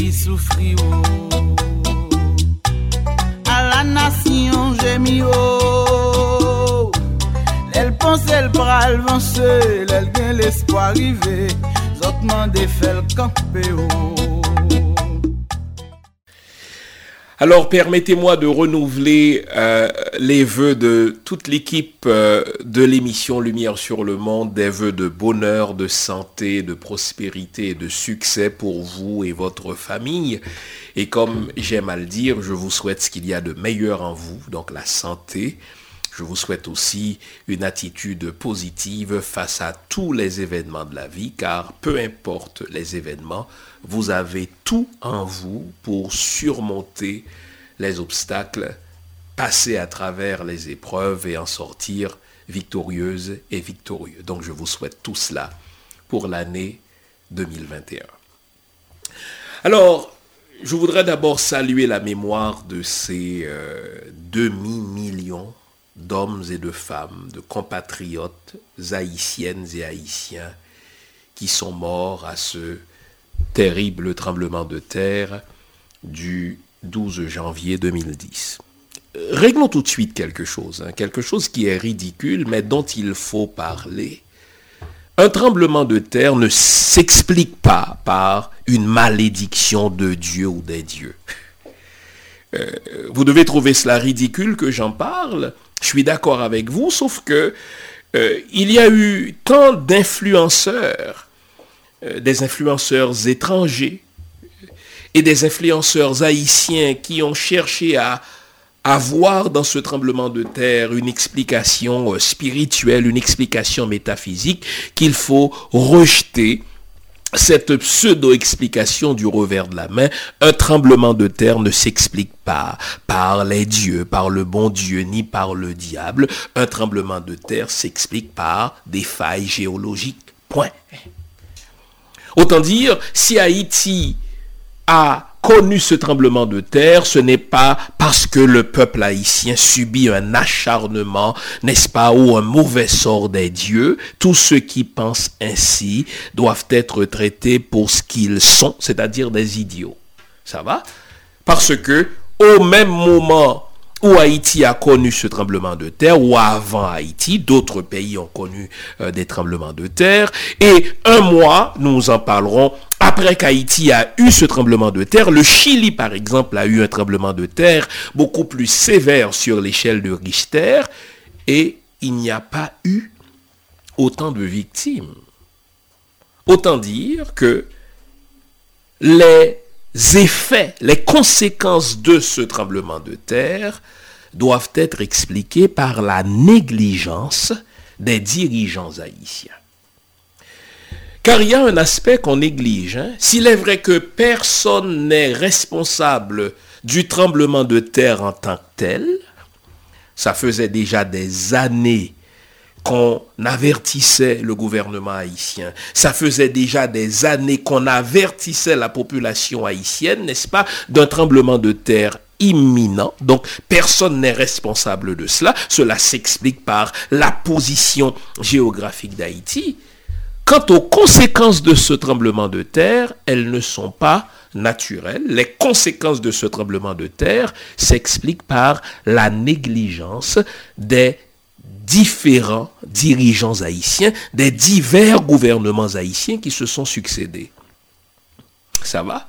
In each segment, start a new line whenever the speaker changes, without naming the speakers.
pays souffrit. À la nation gémit. Elle pense elle pral avancer, elle gagne l'espoir arriver. Zotman défait le campé.
Alors, permettez-moi de renouveler les vœux de toute l'équipe de l'émission Lumière sur le Monde, des vœux de bonheur, de santé, de prospérité et de succès pour vous et votre famille. Et comme j'aime à le dire, je vous souhaite ce qu'il y a de meilleur en vous, donc la santé. Je vous souhaite aussi une attitude positive face à tous les événements de la vie, car peu importe les événements, vous avez tout en vous pour surmonter les obstacles, passer à travers les épreuves et en sortir victorieuse et victorieux. Donc je vous souhaite tout cela pour l'année 2021. Alors, je voudrais d'abord saluer la mémoire de ces demi-millions d'hommes et de femmes, de compatriotes haïtiennes et haïtiens qui sont morts à ce terrible tremblement de terre du 12 janvier 2010. Réglons tout de suite quelque chose qui est ridicule, mais dont il faut parler. Un tremblement de terre ne s'explique pas par une malédiction de Dieu ou des dieux. Vous devez trouver cela ridicule que j'en parle. Je suis d'accord avec vous, sauf que il y a eu tant d'influenceurs, des influenceurs étrangers et des influenceurs haïtiens qui ont cherché à voir dans ce tremblement de terre une explication spirituelle, une explication métaphysique, qu'il faut rejeter cette pseudo-explication du revers de la main. Un tremblement de terre ne s'explique pas par les dieux, par le bon Dieu, ni par le diable. Un tremblement de terre s'explique par des failles géologiques. Point. Autant dire, si Haïti a connu ce tremblement de terre, ce n'est pas parce que le peuple haïtien subit un acharnement, n'est-ce pas, ou un mauvais sort des dieux. Tous ceux qui pensent ainsi doivent être traités pour ce qu'ils sont, c'est-à-dire des idiots. Ça va? Parce que au même moment où Haïti a connu ce tremblement de terre, ou avant Haïti, d'autres pays ont connu des tremblements de terre, et un mois, nous en parlerons, après qu'Haïti a eu ce tremblement de terre, le Chili, par exemple, a eu un tremblement de terre beaucoup plus sévère sur l'échelle de Richter, et il n'y a pas eu autant de victimes. Autant dire que les effets, les conséquences de ce tremblement de terre doivent être expliquées par la négligence des dirigeants haïtiens. Car il y a un aspect qu'on néglige. S'il est vrai que personne n'est responsable du tremblement de terre en tant que tel, ça faisait déjà des années qu'on avertissait le gouvernement haïtien. Ça faisait déjà des années qu'on avertissait la population haïtienne, n'est-ce pas, d'un tremblement de terre imminent. Donc, personne n'est responsable de cela. Cela s'explique par la position géographique d'Haïti. Quant aux conséquences de ce tremblement de terre, elles ne sont pas naturelles. Les conséquences de ce tremblement de terre s'expliquent par la négligence des différents dirigeants haïtiens, des divers gouvernements haïtiens qui se sont succédés. Ça va?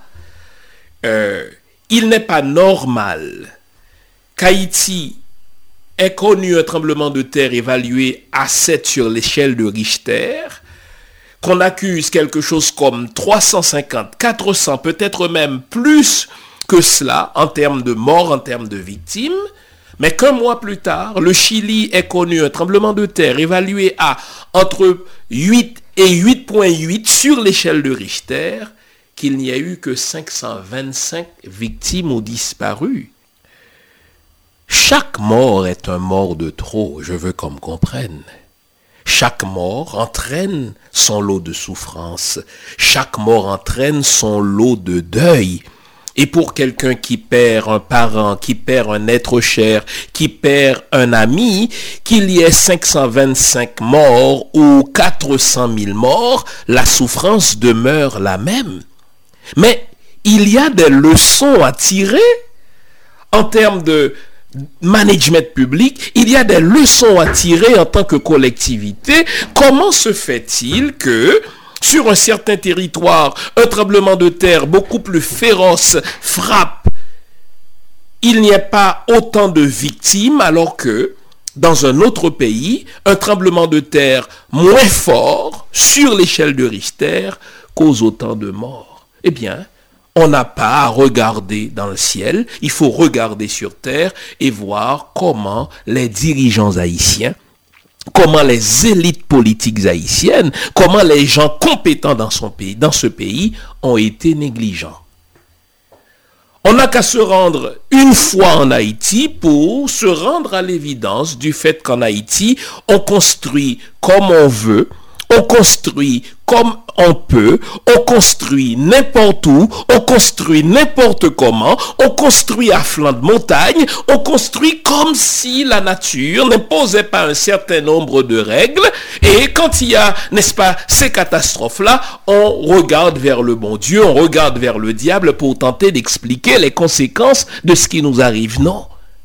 Il n'est pas normal qu'Haïti ait connu un tremblement de terre évalué à 7 sur l'échelle de Richter, qu'on accuse quelque chose comme 350, 400, peut-être même plus que cela en termes de morts, en termes de victimes, mais qu'un mois plus tard, le Chili ait connu un tremblement de terre évalué à entre 8 et 8,8 sur l'échelle de Richter, qu'il n'y a eu que 525 victimes ou disparus. Chaque mort est un mort de trop, je veux qu'on me comprenne. Chaque mort entraîne son lot de souffrance. Chaque mort entraîne son lot de deuil. Et pour quelqu'un qui perd un parent, qui perd un être cher, qui perd un ami, qu'il y ait 525 morts ou 400 000 morts, la souffrance demeure la même. Mais il y a des leçons à tirer en termes de management public, il y a des leçons à tirer en tant que collectivité. Comment se fait-il que sur un certain territoire, un tremblement de terre beaucoup plus féroce frappe, il n'y ait pas autant de victimes, alors que dans un autre pays, un tremblement de terre moins fort sur l'échelle de Richter cause autant de morts? Eh bien, on n'a pas à regarder dans le ciel, il faut regarder sur terre et voir comment les dirigeants haïtiens, comment les élites politiques haïtiennes, comment les gens compétents dans ce pays ont été négligents. On n'a qu'à se rendre une fois en Haïti pour se rendre à l'évidence du fait qu'en Haïti, on construit comme on veut, on construit comme on peut, on construit n'importe où, on construit n'importe comment, on construit à flanc de montagne, on construit comme si la nature n'imposait pas un certain nombre de règles, et quand il y a, n'est-ce pas, ces catastrophes-là, on regarde vers le bon Dieu, on regarde vers le diable pour tenter d'expliquer les conséquences de ce qui nous arrive. Non.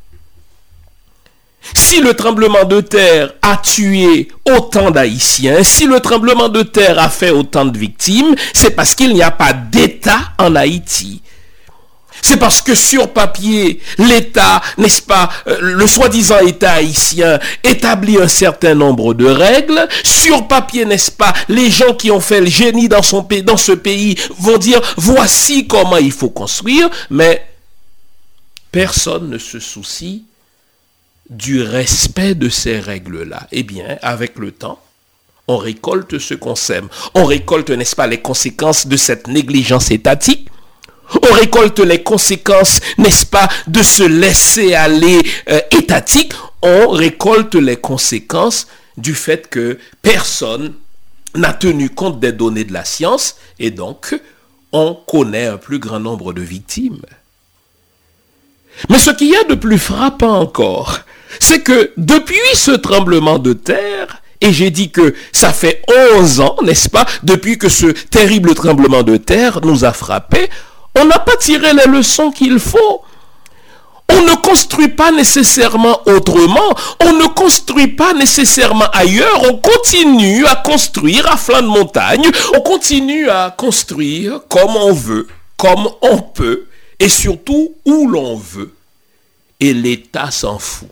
Si le tremblement de terre a tué autant d'Haïtiens, si le tremblement de terre a fait autant de victimes, c'est parce qu'il n'y a pas d'État en Haïti. C'est parce que sur papier, l'État, n'est-ce pas, le soi-disant État haïtien établit un certain nombre de règles. Sur papier, n'est-ce pas, les gens qui ont fait le génie dans ce pays vont dire voici comment il faut construire, mais personne ne se soucie du respect de ces règles-là. Eh bien, avec le temps, on récolte ce qu'on sème. On récolte, n'est-ce pas, les conséquences de cette négligence étatique. On récolte les conséquences, n'est-ce pas, de ce laisser-aller étatique. On récolte les conséquences du fait que personne n'a tenu compte des données de la science et donc on connaît un plus grand nombre de victimes. Mais ce qu'il y a de plus frappant encore, c'est que depuis ce tremblement de terre, et j'ai dit que ça fait 11 ans, n'est-ce pas, depuis que ce terrible tremblement de terre nous a frappés, on n'a pas tiré les leçons qu'il faut. On ne construit pas nécessairement autrement, on ne construit pas nécessairement ailleurs, on continue à construire à flanc de montagne, on continue à construire comme on veut, comme on peut, et surtout où l'on veut. Et l'État s'en fout.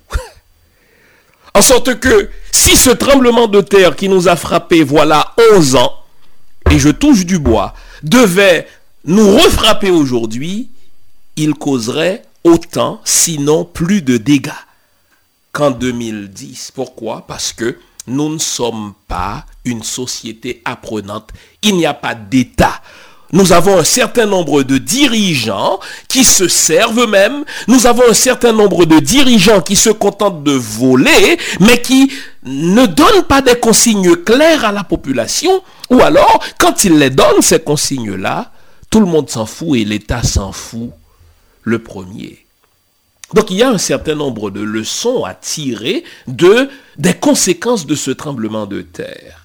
En sorte que si ce tremblement de terre qui nous a frappé voilà 11 ans, et je touche du bois, devait nous refrapper aujourd'hui, il causerait autant, sinon plus de dégâts qu'en 2010. Pourquoi? Parce que nous ne sommes pas une société apprenante. Il n'y a pas d'État. Nous avons un certain nombre de dirigeants qui se servent eux-mêmes. Nous avons un certain nombre de dirigeants qui se contentent de voler, mais qui ne donnent pas des consignes claires à la population. Ou alors, quand ils les donnent, ces consignes-là, tout le monde s'en fout et l'État s'en fout le premier. Donc, il y a un certain nombre de leçons à tirer des conséquences de ce tremblement de terre.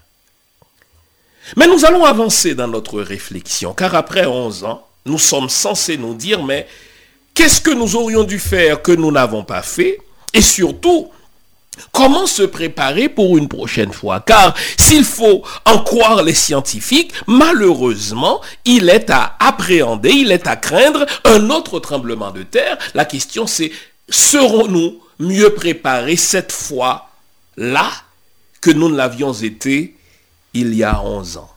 Mais nous allons avancer dans notre réflexion, car après 11 ans, nous sommes censés nous dire, mais qu'est-ce que nous aurions dû faire que nous n'avons pas fait? Et surtout, comment se préparer pour une prochaine fois? Car s'il faut en croire les scientifiques, malheureusement, il est à appréhender, il est à craindre un autre tremblement de terre. La question c'est, serons-nous mieux préparés cette fois-là que nous ne l'avions été il y a 11 ans?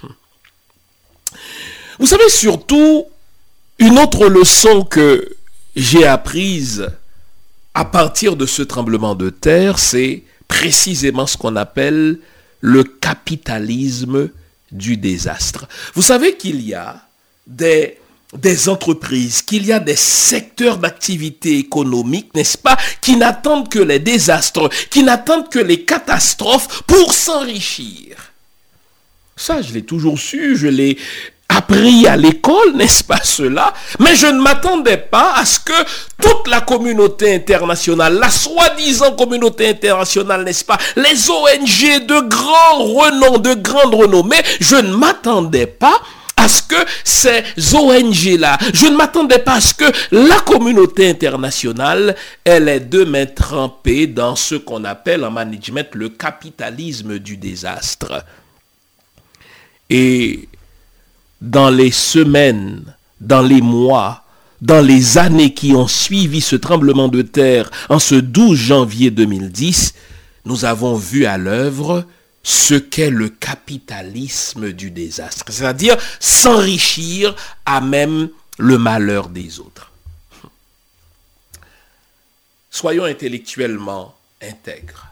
Vous savez, surtout, une autre leçon que j'ai apprise à partir de ce tremblement de terre, c'est précisément ce qu'on appelle le capitalisme du désastre. Vous savez qu'il y a des entreprises, qu'il y a des secteurs d'activité économique, n'est-ce pas, qui n'attendent que les désastres, qui n'attendent que les catastrophes pour s'enrichir. Ça, je l'ai toujours su, je l'ai appris à l'école, n'est-ce pas cela? Mais je ne m'attendais pas à ce que toute la communauté internationale, la soi-disant communauté internationale, n'est-ce pas, les ONG de grand renom, de grande renommée, je ne m'attendais pas à ce que ces ONG-là, je ne m'attendais pas à ce que la communauté internationale, elle ait deux mains trempées dans ce qu'on appelle en management le capitalisme du désastre. Et dans les semaines, dans les mois, dans les années qui ont suivi ce tremblement de terre en ce 12 janvier 2010, nous avons vu à l'œuvre ce qu'est le capitalisme du désastre, c'est-à-dire s'enrichir à même le malheur des autres. Soyons intellectuellement intègres.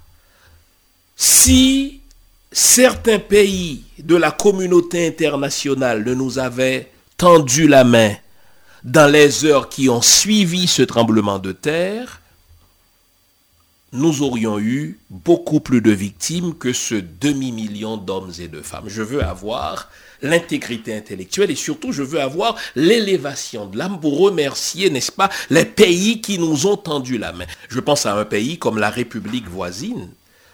Si certains pays de la communauté internationale ne nous avaient tendu la main dans les heures qui ont suivi ce tremblement de terre, nous aurions eu beaucoup plus de victimes que ce demi-million d'hommes et de femmes. Je veux avoir l'intégrité intellectuelle et surtout je veux avoir l'élévation de l'âme pour remercier, n'est-ce pas, les pays qui nous ont tendu la main. Je pense à un pays comme la République voisine,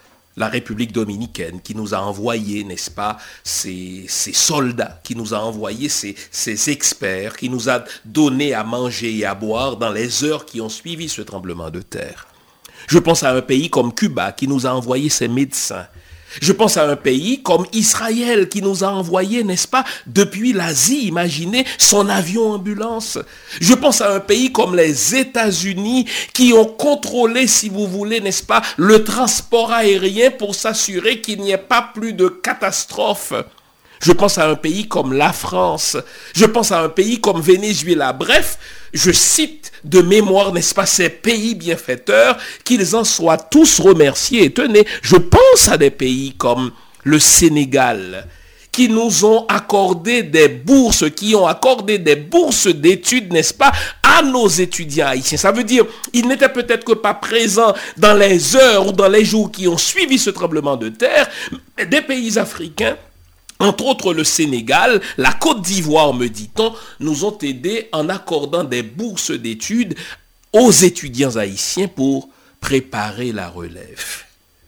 la République dominicaine, qui nous a envoyé, n'est-ce pas, ses soldats, qui nous a envoyé ses experts, qui nous a donné à manger et à boire dans les heures qui ont suivi ce tremblement de terre. Je pense à un pays comme Cuba qui nous a envoyé ses médecins. Je pense à un pays comme Israël qui nous a envoyé, n'est-ce pas, depuis l'Asie, imaginez, son avion ambulance. Je pense à un pays comme les États-Unis qui ont contrôlé, si vous voulez, n'est-ce pas, le transport aérien pour s'assurer qu'il n'y ait pas plus de catastrophes. Je pense à un pays comme la France. Je pense à un pays comme Venezuela. Bref, je cite de mémoire, n'est-ce pas, ces pays bienfaiteurs, qu'ils en soient tous remerciés. Et tenez, je pense à des pays comme le Sénégal, qui nous ont accordé des bourses, qui ont accordé des bourses d'études, n'est-ce pas, à nos étudiants haïtiens. Ça veut dire, ils n'étaient peut-être que pas présents dans les heures ou dans les jours qui ont suivi ce tremblement de terre, mais des pays africains, entre autres le Sénégal, la Côte d'Ivoire, me dit-on, nous ont aidés en accordant des bourses d'études aux étudiants haïtiens pour préparer la relève.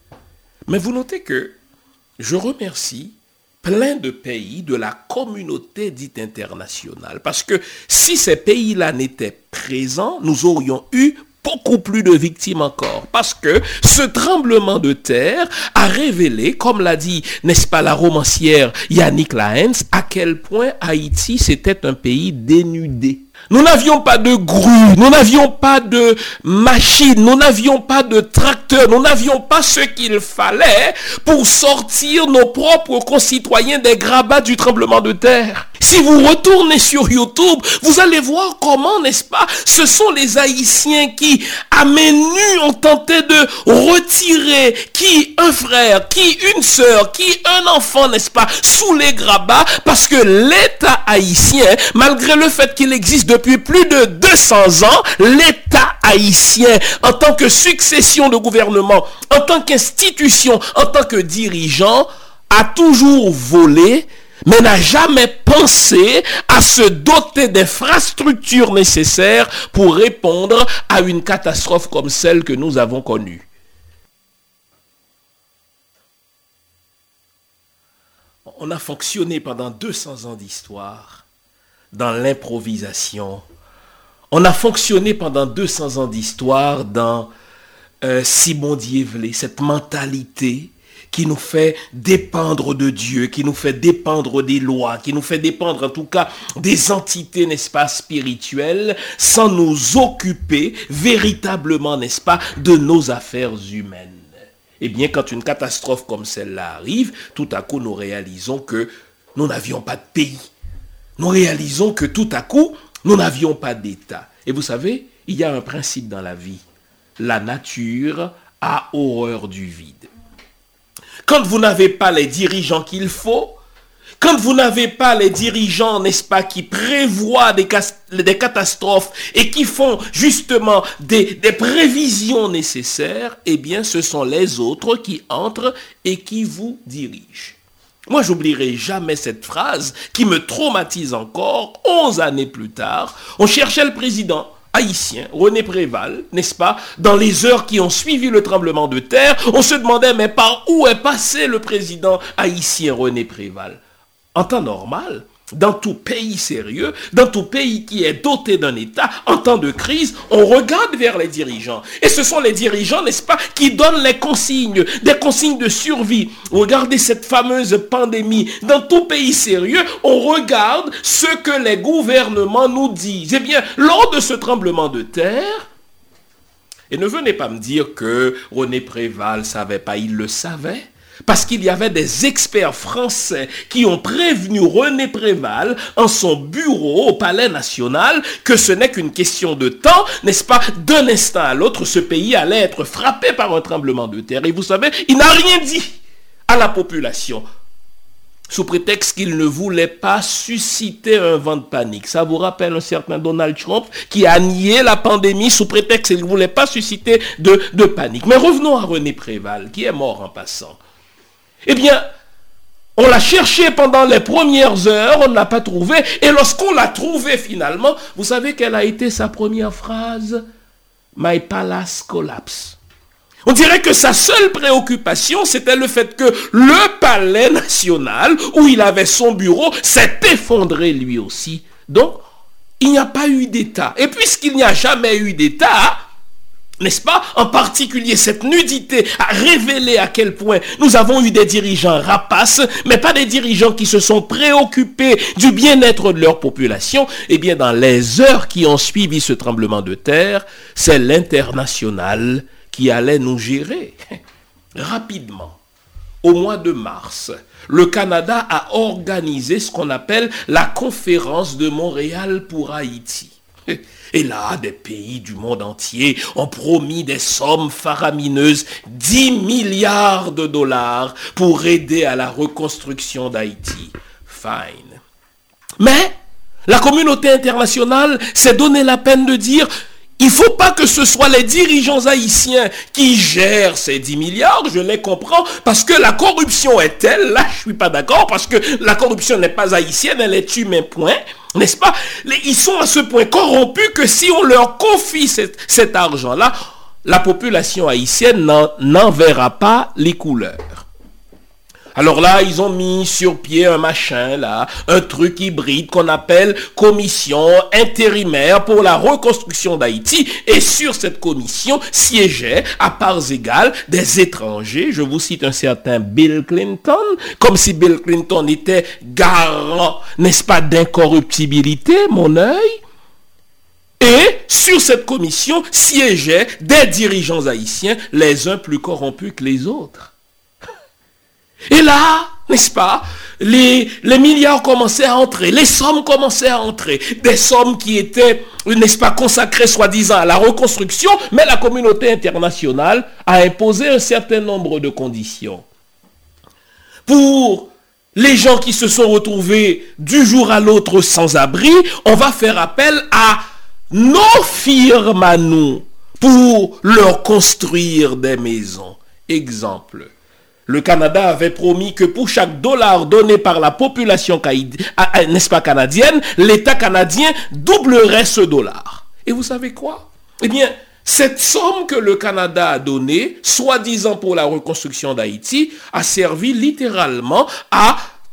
Mais vous notez que je remercie plein de pays de la communauté dite internationale, parce que si ces pays-là n'étaient présents, nous aurions eu beaucoup plus de victimes encore, parce que ce tremblement de terre a révélé, comme l'a dit, n'est-ce pas, la romancière Yannick Lahens, à quel point Haïti c'était un pays dénudé. Nous n'avions pas de grue, nous n'avions pas de machines, nous n'avions pas de tracteurs, nous n'avions pas ce qu'il fallait pour sortir nos propres concitoyens des grabats du tremblement de terre. Si vous retournez sur YouTube, vous allez voir comment, n'est-ce pas, ce sont les Haïtiens qui, à main nue, ont tenté de retirer qui un frère, qui une sœur, qui un enfant, n'est-ce pas, sous les grabats, parce que l'État haïtien, malgré le fait qu'il existe depuis plus de 200 ans, l'État haïtien, en tant que succession de gouvernement, en tant qu'institution, en tant que dirigeant, a toujours volé, mais n'a jamais pensé à se doter d'infrastructures nécessaires pour répondre à une catastrophe comme celle que nous avons connue. On a fonctionné pendant 200 ans d'histoire dans l'improvisation. On a fonctionné pendant 200 ans d'histoire dans Simon Diévelé, cette mentalité qui nous fait dépendre de Dieu, qui nous fait dépendre des lois, qui nous fait dépendre en tout cas des entités, n'est-ce pas, spirituelles, sans nous occuper véritablement, n'est-ce pas, de nos affaires humaines. Eh bien, quand une catastrophe comme celle-là arrive, tout à coup, nous réalisons que nous n'avions pas de pays. Nous réalisons que tout à coup, nous n'avions pas d'État. Et vous savez, il y a un principe dans la vie. La nature a horreur du vide. Quand vous n'avez pas les dirigeants qu'il faut, quand vous n'avez pas les dirigeants, n'est-ce pas, qui prévoient des catastrophes et qui font justement des prévisions nécessaires, eh bien, ce sont les autres qui entrent et qui vous dirigent. Moi, j'oublierai jamais cette phrase qui me traumatise encore. 11 années plus tard, on cherchait le président haïtien, René Préval, n'est-ce pas, dans les heures qui ont suivi le tremblement de terre. On se demandait, mais par où est passé le président haïtien René Préval? En temps normal, Dans tout pays sérieux, dans tout pays qui est doté d'un État, en temps de crise, on regarde vers les dirigeants. Et ce sont les dirigeants, n'est-ce pas, qui donnent les consignes, des consignes de survie. Regardez cette fameuse pandémie. Dans tout pays sérieux, on regarde ce que les gouvernements nous disent. Eh bien, lors de ce tremblement de terre, et ne venez pas me dire que René Préval ne savait pas, il le savait. Parce qu'il y avait des experts français qui ont prévenu René Préval en son bureau au Palais National que ce n'est qu'une question de temps, n'est-ce pas? D'un instant à l'autre, ce pays allait être frappé par un tremblement de terre. Et vous savez, il n'a rien dit à la population, sous prétexte qu'il ne voulait pas susciter un vent de panique. Ça vous rappelle un certain Donald Trump qui a nié la pandémie sous prétexte qu'il ne voulait pas susciter de panique. Mais revenons à René Préval, qui est mort en passant. Eh bien, on l'a cherché pendant les premières heures, on ne l'a pas trouvé. Et lorsqu'on l'a trouvé finalement, vous savez quelle a été sa première phrase? My palace collapse. On dirait que sa seule préoccupation, c'était le fait que le palais national, où il avait son bureau, s'est effondré lui aussi. Donc, il n'y a pas eu d'État. Et puisqu'il n'y a jamais eu d'État, n'est-ce pas? En particulier, cette nudité a révélé à quel point nous avons eu des dirigeants rapaces, mais pas des dirigeants qui se sont préoccupés du bien-être de leur population. Eh bien, dans les heures qui ont suivi ce tremblement de terre, c'est l'international qui allait nous gérer. Rapidement, au mois de mars, le Canada a organisé ce qu'on appelle la conférence de Montréal pour Haïti. Et là, des pays du monde entier ont promis des sommes faramineuses, 10 milliards de dollars pour aider à la reconstruction d'Haïti. Fine. Mais la communauté internationale s'est donné la peine de dire: il ne faut pas que ce soit les dirigeants haïtiens qui gèrent ces 10 milliards, je les comprends, parce que la corruption est telle, là je ne suis pas d'accord, parce que la corruption n'est pas haïtienne, elle est humaine, point, n'est-ce pas? Ils sont à ce point corrompus que si on leur confie cet argent-là, la population haïtienne n'en verra pas les couleurs. Alors là, ils ont mis sur pied un machin, là, un truc hybride qu'on appelle commission intérimaire pour la reconstruction d'Haïti. Et sur cette commission siégeaient à parts égales des étrangers. Je vous cite un certain Bill Clinton, comme si Bill Clinton était garant, n'est-ce pas, d'incorruptibilité, mon œil. Et sur cette commission siégeaient des dirigeants haïtiens, les uns plus corrompus que les autres. Et là, n'est-ce pas, les milliards commençaient à entrer, les sommes commençaient à entrer, des sommes qui étaient, n'est-ce pas, consacrées soi-disant à la reconstruction, mais la communauté internationale a imposé un certain nombre de conditions. Pour les gens qui se sont retrouvés du jour à l'autre sans abri, on va faire appel à nos firmes à nous pour leur construire des maisons. Exemple. Le Canada avait promis que pour chaque dollar donné par la population n'est-ce pas, canadienne, l'État canadien doublerait ce dollar. Et vous savez quoi? Eh bien, cette somme que le Canada a donnée, soi-disant pour la reconstruction d'Haïti, a servi littéralement à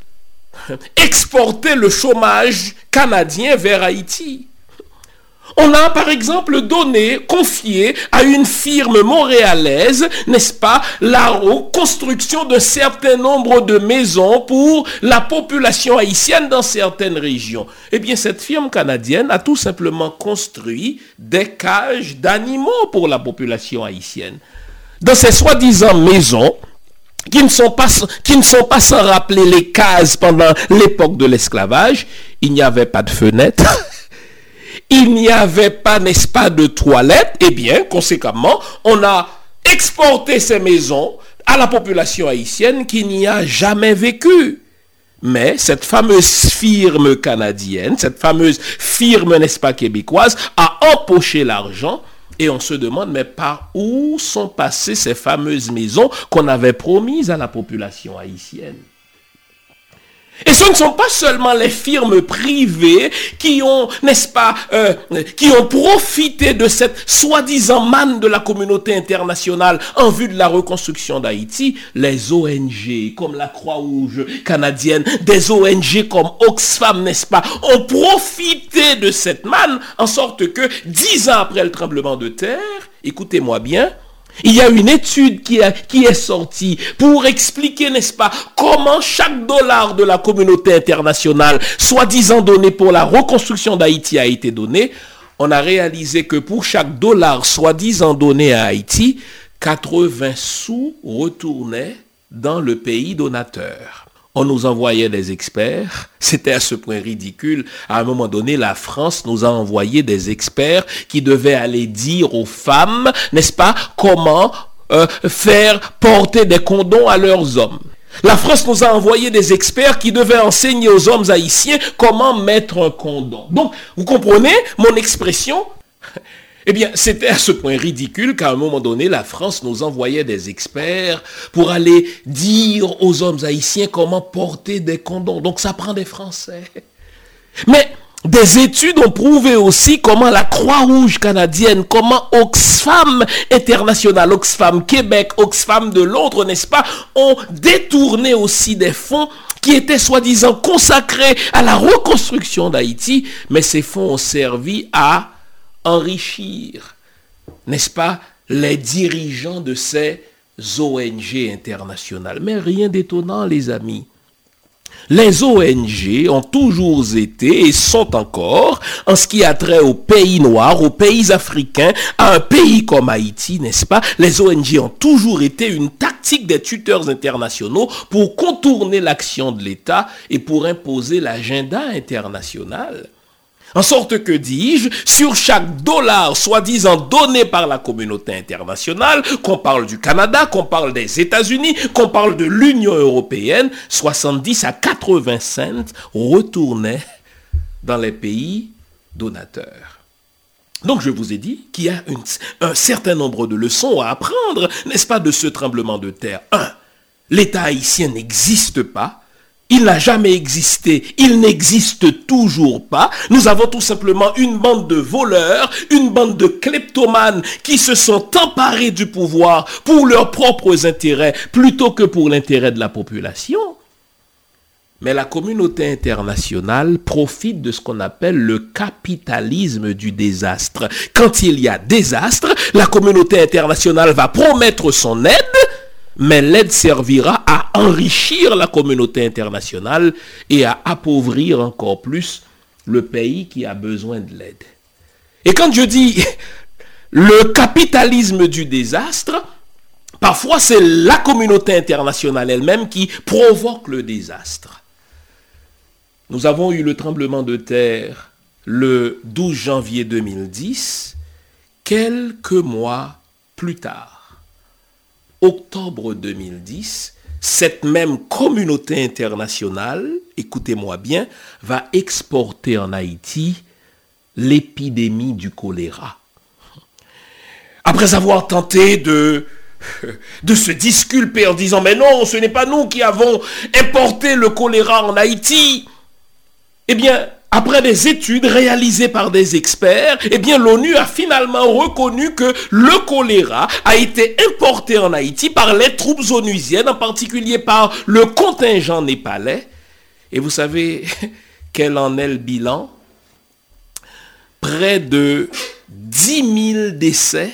exporter le chômage canadien vers Haïti. On a par exemple confié à une firme montréalaise, n'est-ce pas, la reconstruction d'un certain nombre de maisons pour la population haïtienne dans certaines régions. Eh bien, cette firme canadienne a tout simplement construit des cages d'animaux pour la population haïtienne. Dans ces soi-disant maisons, qui ne sont pas sans rappeler les cases pendant l'époque de l'esclavage, il n'y avait pas de fenêtres. Il n'y avait pas, n'est-ce pas, de toilettes. Eh bien, conséquemment, on a exporté ces maisons à la population haïtienne qui n'y a jamais vécu. Mais cette fameuse firme canadienne, cette fameuse firme, n'est-ce pas, québécoise, a empoché l'argent. Et on se demande, mais par où sont passées ces fameuses maisons qu'on avait promises à la population haïtienne? Et ce ne sont pas seulement les firmes privées qui ont, n'est-ce pas, qui ont profité de cette soi-disant manne de la communauté internationale en vue de la reconstruction d'Haïti. Les ONG comme la Croix-Rouge canadienne, des ONG comme Oxfam, n'est-ce pas, ont profité de cette manne en sorte que 10 ans après le tremblement de terre, écoutez-moi bien, il y a une étude qui est sortie pour expliquer, n'est-ce pas, comment chaque dollar de la communauté internationale, soi-disant donné pour la reconstruction d'Haïti, a été donné. On a réalisé que pour chaque dollar soi-disant donné à Haïti, 80 sous retournaient dans le pays donateur. On nous envoyait des experts. C'était à ce point ridicule. À un moment donné, la France nous a envoyé des experts qui devaient aller dire aux femmes, n'est-ce pas, comment faire porter des condoms à leurs hommes. La France nous a envoyé des experts qui devaient enseigner aux hommes haïtiens comment mettre un condom. Donc, vous comprenez mon expression ? Eh bien, c'était à ce point ridicule qu'à un moment donné, la France nous envoyait des experts pour aller dire aux hommes haïtiens comment porter des condoms. Donc, ça prend des Français. Mais des études ont prouvé aussi comment la Croix-Rouge canadienne, comment Oxfam international, Oxfam Québec, Oxfam de Londres, n'est-ce pas, ont détourné aussi des fonds qui étaient soi-disant consacrés à la reconstruction d'Haïti. Mais ces fonds ont servi à enrichir, n'est-ce pas, les dirigeants de ces ONG internationales. Mais rien d'étonnant, les amis. Les ONG ont toujours été et sont encore, en ce qui a trait aux pays noirs, aux pays africains, à un pays comme Haïti, n'est-ce pas? Les ONG ont toujours été une tactique des tuteurs internationaux pour contourner l'action de l'État et pour imposer l'agenda international. En sorte que, dis-je, sur chaque dollar soi-disant donné par la communauté internationale, qu'on parle du Canada, qu'on parle des États-Unis, qu'on parle de l'Union européenne, 70 à 80 cents retournaient dans les pays donateurs. Donc je vous ai dit qu'il y a un certain nombre de leçons à apprendre, n'est-ce pas, de ce tremblement de terre. 1. L'État haïtien n'existe pas. Il n'a jamais existé, il n'existe toujours pas. Nous avons tout simplement une bande de voleurs, une bande de kleptomanes qui se sont emparés du pouvoir pour leurs propres intérêts plutôt que pour l'intérêt de la population. Mais la communauté internationale profite de ce qu'on appelle le capitalisme du désastre. Quand il y a désastre, la communauté internationale va promettre son aide, mais l'aide servira à enrichir la communauté internationale et à appauvrir encore plus le pays qui a besoin de l'aide. Et quand je dis le capitalisme du désastre, parfois c'est la communauté internationale elle-même qui provoque le désastre. Nous avons eu le tremblement de terre le 12 janvier 2010, quelques mois plus tard. Octobre 2010, cette même communauté internationale, écoutez-moi bien, va exporter en Haïti l'épidémie du choléra. Après avoir tenté de se disculper en disant « Mais non, ce n'est pas nous qui avons importé le choléra en Haïti », eh bien, après des études réalisées par des experts, eh bien, l'ONU a finalement reconnu que le choléra a été importé en Haïti par les troupes onusiennes, en particulier par le contingent népalais. Et vous savez quel en est le bilan? Près de 10 000 décès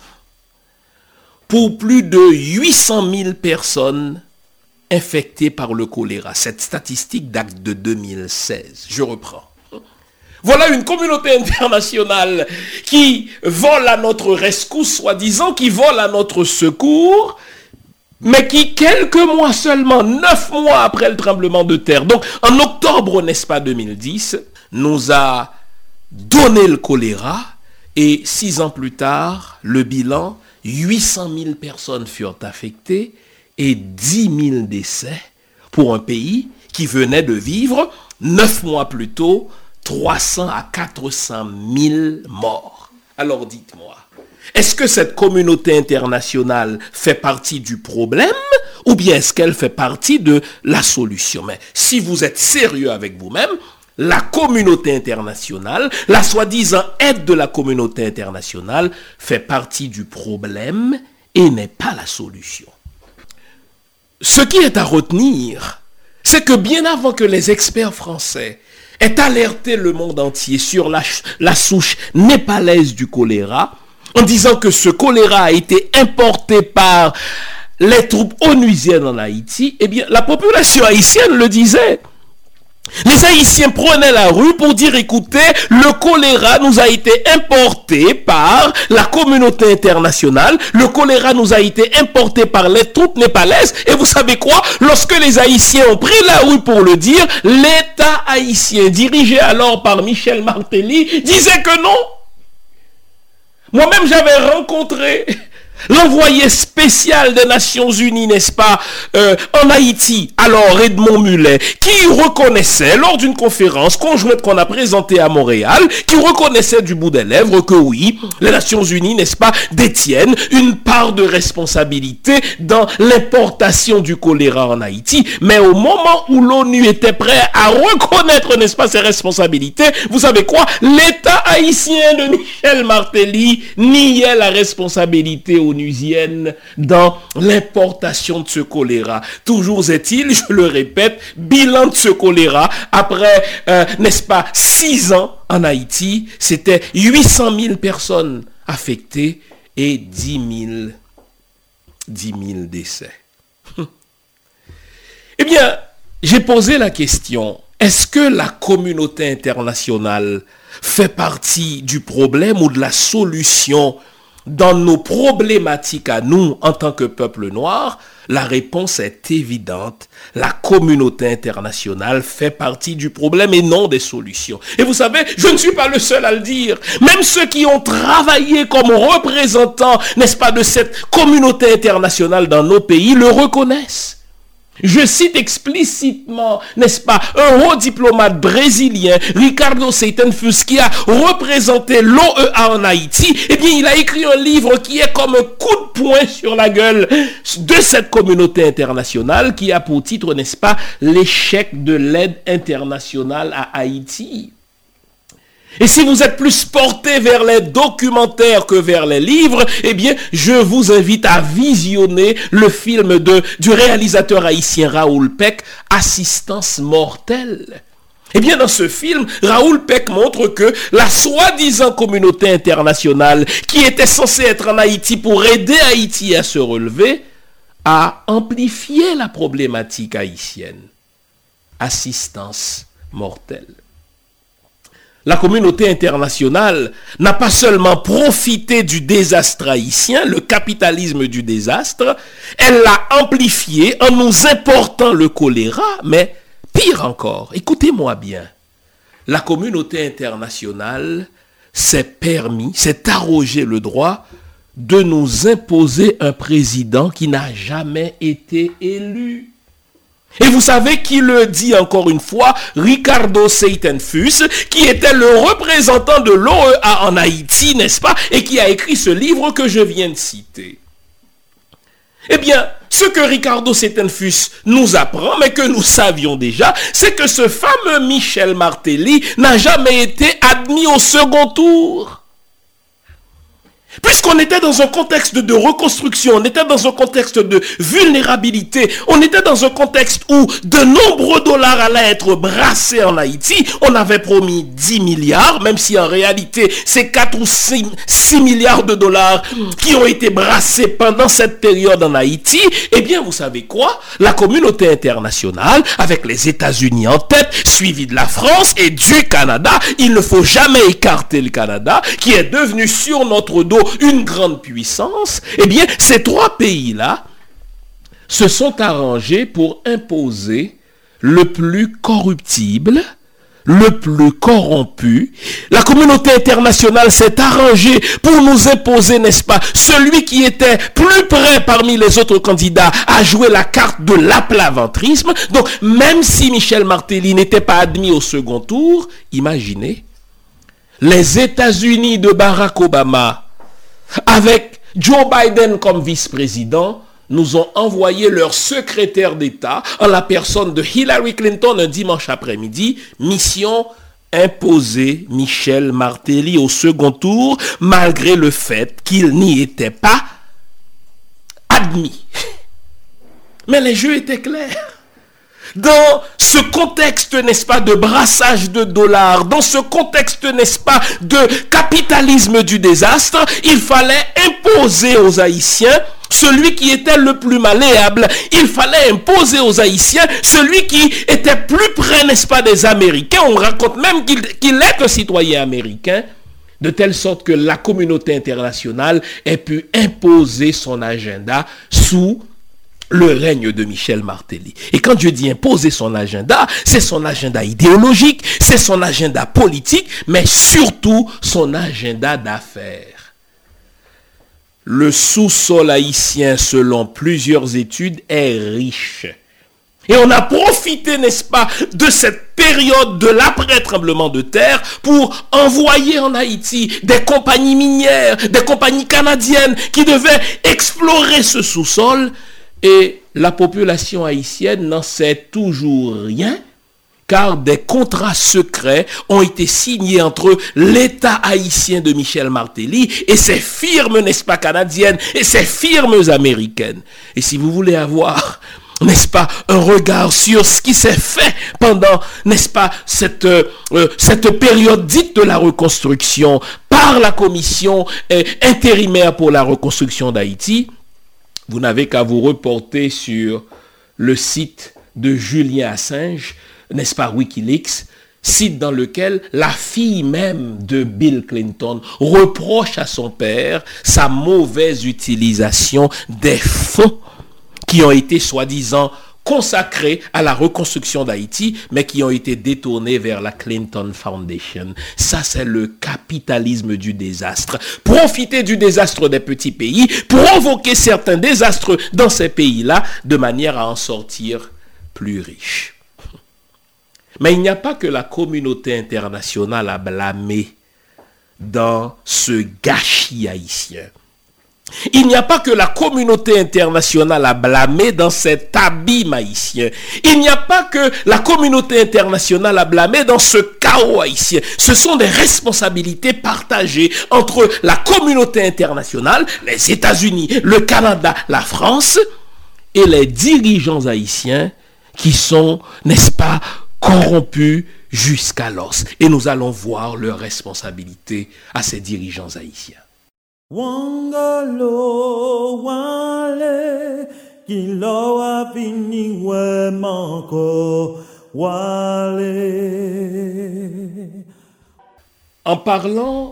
pour plus de 800 000 personnes infectés par le choléra. Cette statistique date de 2016. Je reprends. Voilà une communauté internationale qui vole à notre rescousse, soi-disant, qui vole à notre secours, mais qui, quelques mois seulement, 9 mois après le tremblement de terre, donc en octobre, n'est-ce pas, 2010, nous a donné le choléra, et 6 ans plus tard, le bilan, 800 000 personnes furent affectées, et 10 000 décès pour un pays qui venait de vivre 9 mois plus tôt 300 à 400 000 morts. Alors dites-moi, est-ce que cette communauté internationale fait partie du problème ou bien est-ce qu'elle fait partie de la solution? Mais si vous êtes sérieux avec vous-même, la communauté internationale, la soi-disant aide de la communauté internationale fait partie du problème et n'est pas la solution. Ce qui est à retenir, c'est que bien avant que les experts français aient alerté le monde entier sur la souche népalaise du choléra, en disant que ce choléra a été importé par les troupes onusiennes en Haïti, eh bien, la population haïtienne le disait. Les Haïtiens prenaient la rue pour dire, écoutez, le choléra nous a été importé par la communauté internationale, le choléra nous a été importé par les troupes népalaises, et vous savez quoi? Lorsque les Haïtiens ont pris la rue pour le dire, l'État haïtien, dirigé alors par Michel Martelly, disait que non. Moi-même, j'avais rencontré l'envoyé spécial des Nations Unies, n'est-ce pas, en Haïti, alors Edmond Mulet, qui reconnaissait, lors d'une conférence conjointe qu'on a présentée à Montréal, qui reconnaissait du bout des lèvres que oui, les Nations Unies, n'est-ce pas, détiennent une part de responsabilité dans l'importation du choléra en Haïti. Mais au moment où l'ONU était prêt à reconnaître, n'est-ce pas, ses responsabilités, vous savez quoi? L'État haïtien de Michel Martelly niait la responsabilité onusienne dans l'importation de ce choléra. Toujours est-il, je le répète, bilan de ce choléra après, n'est-ce pas, 6 ans en Haïti, c'était 800 000 personnes affectées et 10 000 décès. Eh bien, j'ai posé la question, est-ce que la communauté internationale fait partie du problème ou de la solution dans nos problématiques à nous en tant que peuple noir? La réponse est évidente. La communauté internationale fait partie du problème et non des solutions. Et vous savez, je ne suis pas le seul à le dire. Même ceux qui ont travaillé comme représentants, n'est-ce pas, de cette communauté internationale dans nos pays le reconnaissent. Je cite explicitement, n'est-ce pas, un haut diplomate brésilien, Ricardo Seitenfus, qui a représenté l'OEA en Haïti. Eh bien, il a écrit un livre qui est comme un coup de poing sur la gueule de cette communauté internationale qui a pour titre, n'est-ce pas, l'échec de l'aide internationale à Haïti. Et si vous êtes plus porté vers les documentaires que vers les livres, eh bien, je vous invite à visionner le film du réalisateur haïtien Raoul Peck, Assistance mortelle. Eh bien, dans ce film, Raoul Peck montre que la soi-disant communauté internationale qui était censée être en Haïti pour aider Haïti à se relever, a amplifié la problématique haïtienne. Assistance mortelle. La communauté internationale n'a pas seulement profité du désastre haïtien, le capitalisme du désastre, elle l'a amplifié en nous important le choléra, mais pire encore, écoutez-moi bien, la communauté internationale s'est arrogé le droit de nous imposer un président qui n'a jamais été élu. Et vous savez qui le dit encore une fois? Ricardo Seitenfus, qui était le représentant de l'OEA en Haïti, n'est-ce pas? Et qui a écrit ce livre que je viens de citer. Eh bien, ce que Ricardo Seitenfus nous apprend, mais que nous savions déjà, c'est que ce fameux Michel Martelly n'a jamais été admis au second tour. Puisqu'on était dans un contexte de reconstruction, on était dans un contexte de vulnérabilité, on était dans un contexte où de nombreux dollars allaient être brassés en Haïti, on avait promis 10 milliards, même si en réalité c'est 4 ou 6 milliards de dollars qui ont été brassés pendant cette période en Haïti. Eh bien, vous savez quoi? La communauté internationale, avec les États-Unis en tête, suivi de la France et du Canada, il ne faut jamais écarter le Canada, qui est devenu sur notre dos une grande puissance, eh bien, ces 3 pays-là se sont arrangés pour imposer le plus corruptible, le plus corrompu. La communauté internationale s'est arrangée pour nous imposer, n'est-ce pas, celui qui était plus près parmi les autres candidats à jouer la carte de l'aplaventrisme. Donc, même si Michel Martelly n'était pas admis au second tour, imaginez, les États-Unis de Barack Obama, avec Joe Biden comme vice-président, nous ont envoyé leur secrétaire d'État en la personne de Hillary Clinton un dimanche après-midi. Mission: imposer Michel Martelly au second tour, malgré le fait qu'il n'y était pas admis. Mais les jeux étaient clairs. Dans ce contexte, n'est-ce pas, de brassage de dollars, dans ce contexte, n'est-ce pas, de capitalisme du désastre, il fallait imposer aux Haïtiens celui qui était le plus malléable. Il fallait imposer aux Haïtiens celui qui était plus près, n'est-ce pas, des Américains. On raconte même qu'il est un citoyen américain, de telle sorte que la communauté internationale ait pu imposer son agenda sous le règne de Michel Martelly. Et quand je dis imposer son agenda, c'est son agenda idéologique, c'est son agenda politique, mais surtout son agenda d'affaires. Le sous-sol haïtien, selon plusieurs études, est riche. Et on a profité, n'est-ce pas, de cette période de l'après-tremblement de terre pour envoyer en Haïti des compagnies minières, des compagnies canadiennes qui devaient explorer ce sous-sol. Et la population haïtienne n'en sait toujours rien, car des contrats secrets ont été signés entre l'État haïtien de Michel Martelly et ses firmes, n'est-ce pas, canadiennes et ses firmes américaines. Et si vous voulez avoir, n'est-ce pas, un regard sur ce qui s'est fait pendant, n'est-ce pas, cette période dite de la reconstruction par la commission intérimaire pour la reconstruction d'Haïti, vous n'avez qu'à vous reporter sur le site de Julian Assange, n'est-ce pas, Wikileaks, site dans lequel la fille même de Bill Clinton reproche à son père sa mauvaise utilisation des fonds qui ont été soi-disant consacrés à la reconstruction d'Haïti, mais qui ont été détournés vers la Clinton Foundation. Ça, c'est le capitalisme du désastre. Profiter du désastre des petits pays, provoquer certains désastres dans ces pays-là, de manière à en sortir plus riches. Mais il n'y a pas que la communauté internationale à blâmer dans ce gâchis haïtien. Il n'y a pas que la communauté internationale à blâmer dans cet abîme haïtien. Il n'y a pas que la communauté internationale à blâmer dans ce chaos haïtien. Ce sont des responsabilités partagées entre la communauté internationale, les États-Unis, le Canada, la France et les dirigeants haïtiens qui sont, n'est-ce pas, corrompus jusqu'à l'os. Et nous allons voir leurs responsabilités à ces dirigeants haïtiens.
Wangalo wale kiloa fini we manko wale.
En parlant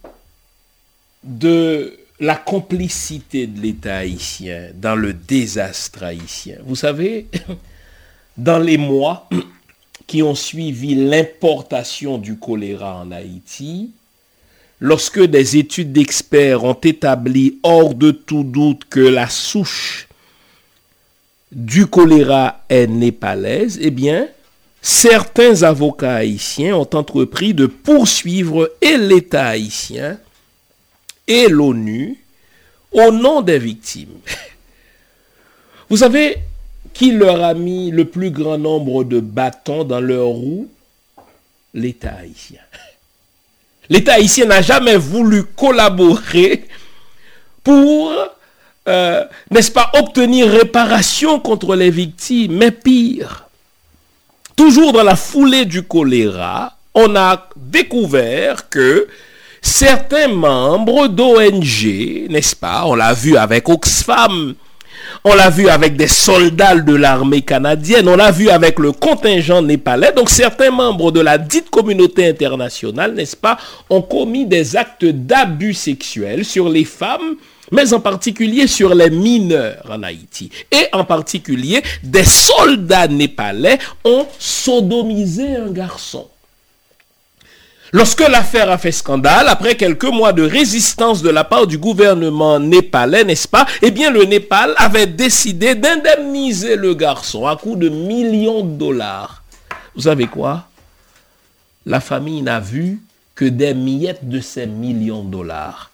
de la complicité de l'État haïtien dans le désastre haïtien, vous savez, dans les mois qui ont suivi l'importation du choléra en Haïti, lorsque des études d'experts ont établi hors de tout doute que la souche du choléra est népalaise, eh bien, certains avocats haïtiens ont entrepris de poursuivre et l'État haïtien et l'ONU au nom des victimes. Vous savez qui leur a mis le plus grand nombre de bâtons dans leur roue? L'État haïtien. L'État haïtien n'a jamais voulu collaborer pour, n'est-ce pas, obtenir réparation contre les victimes. Mais pire, toujours dans la foulée du choléra, on a découvert que certains membres d'ONG, n'est-ce pas, on l'a vu avec Oxfam, on l'a vu avec des soldats de l'armée canadienne, on l'a vu avec le contingent népalais. Donc certains membres de la dite communauté internationale, n'est-ce pas, ont commis des actes d'abus sexuels sur les femmes, mais en particulier sur les mineurs en Haïti. Et en particulier, des soldats népalais ont sodomisé un garçon. Lorsque l'affaire a fait scandale, après quelques mois de résistance de la part du gouvernement népalais, n'est-ce pas, eh bien le Népal avait décidé d'indemniser le garçon à coût de millions de dollars. Vous savez quoi? La famille n'a vu que des miettes de ces millions de dollars.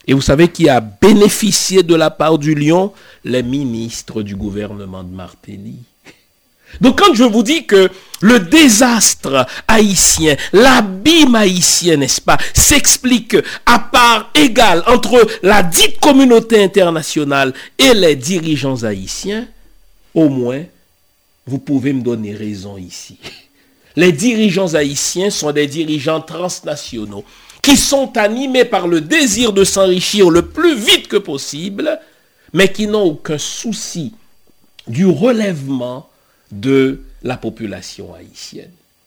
Et vous savez qui a bénéficié de la part du lion? Les ministres du gouvernement de Martelly. Donc quand je vous dis que le désastre haïtien, l'abîme haïtien, n'est-ce pas, s'explique à part égale entre la dite communauté internationale et les dirigeants haïtiens, au moins, vous pouvez me donner raison ici. Les dirigeants haïtiens sont des dirigeants transnationaux qui sont animés par le désir de s'enrichir le plus vite que possible, mais qui n'ont aucun souci du relèvement de la population haïtienne.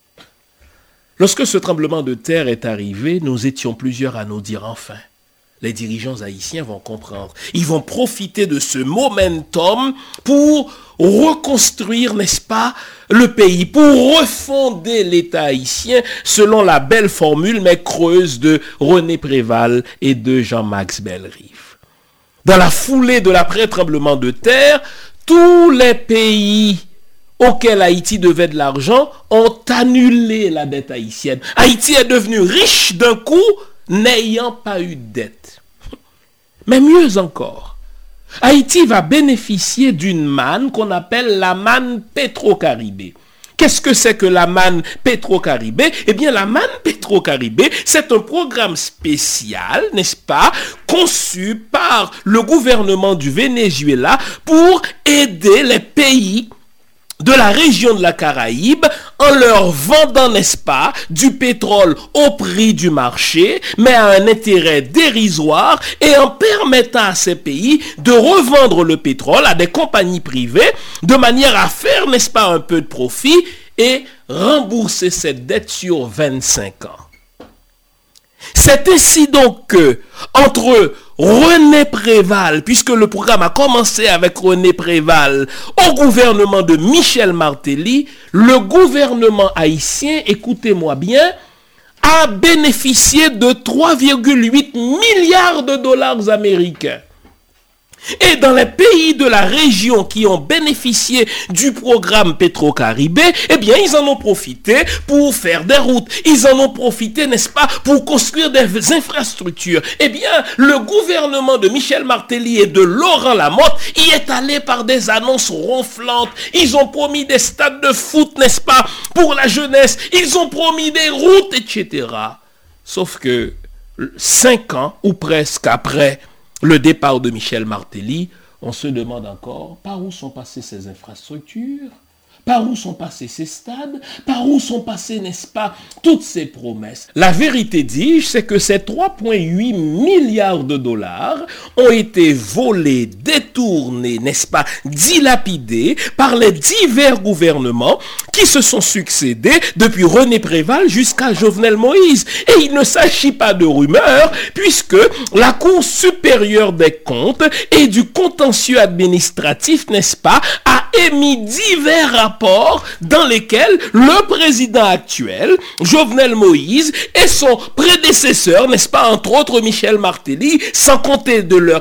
Lorsque ce tremblement de terre est arrivé, nous étions plusieurs à nous dire enfin, les dirigeants haïtiens vont comprendre. Ils vont profiter de ce momentum pour reconstruire, n'est-ce pas, le pays, pour refonder l'État haïtien selon la belle formule, mais creuse, de René Préval et de Jean-Max Bellerive. Dans la foulée de l'après-tremblement de terre, tous les pays auxquels Haïti devait de l'argent ont annulé la dette haïtienne. Haïti est devenu riche d'un coup, n'ayant pas eu de dette. Mais mieux encore, Haïti va bénéficier d'une manne qu'on appelle la manne Petro-Caribé. Qu'est-ce que c'est que la manne Petro-Caribé? Eh bien, la manne Petro-Caribé, c'est un programme spécial, n'est-ce pas, conçu par le gouvernement du Venezuela pour aider les pays de la région de la Caraïbe en leur vendant, n'est-ce pas, du pétrole au prix du marché, mais à un intérêt dérisoire, et en permettant à ces pays de revendre le pétrole à des compagnies privées de manière à faire, n'est-ce pas, un peu de profit et rembourser cette dette sur 25 ans. C'est ainsi donc que, entre René Préval, puisque le programme a commencé avec René Préval, au gouvernement de Michel Martelly, le gouvernement haïtien, écoutez-moi bien, a bénéficié de 3,8 milliards de dollars américains. Et dans les pays de la région qui ont bénéficié du programme Petro-Caribé, eh bien, ils en ont profité pour faire des routes. Ils en ont profité, n'est-ce pas, pour construire des infrastructures. Eh bien, le gouvernement de Michel Martelly et de Laurent Lamotte y est allé par des annonces ronflantes. Ils ont promis des stades de foot, n'est-ce pas, pour la jeunesse. Ils ont promis des routes, etc. Sauf que 5 ans, ou presque après le départ de Michel Martelly, on se demande encore par où sont passées ces infrastructures, par où sont passés ces stades, par où sont passées, n'est-ce pas, toutes ces promesses. La vérité, dis-je, c'est que ces 3,8 milliards de dollars ont été volés, détournés, n'est-ce pas, dilapidés par les divers gouvernements qui se sont succédés depuis René Préval jusqu'à Jovenel Moïse. Et il ne s'agit pas de rumeurs, puisque la Cour supérieure des comptes et du contentieux administratif, n'est-ce pas, a émis divers rapports dans lesquels le président actuel, Jovenel Moïse, et son prédécesseur, n'est-ce pas, entre autres Michel Martelly, sans compter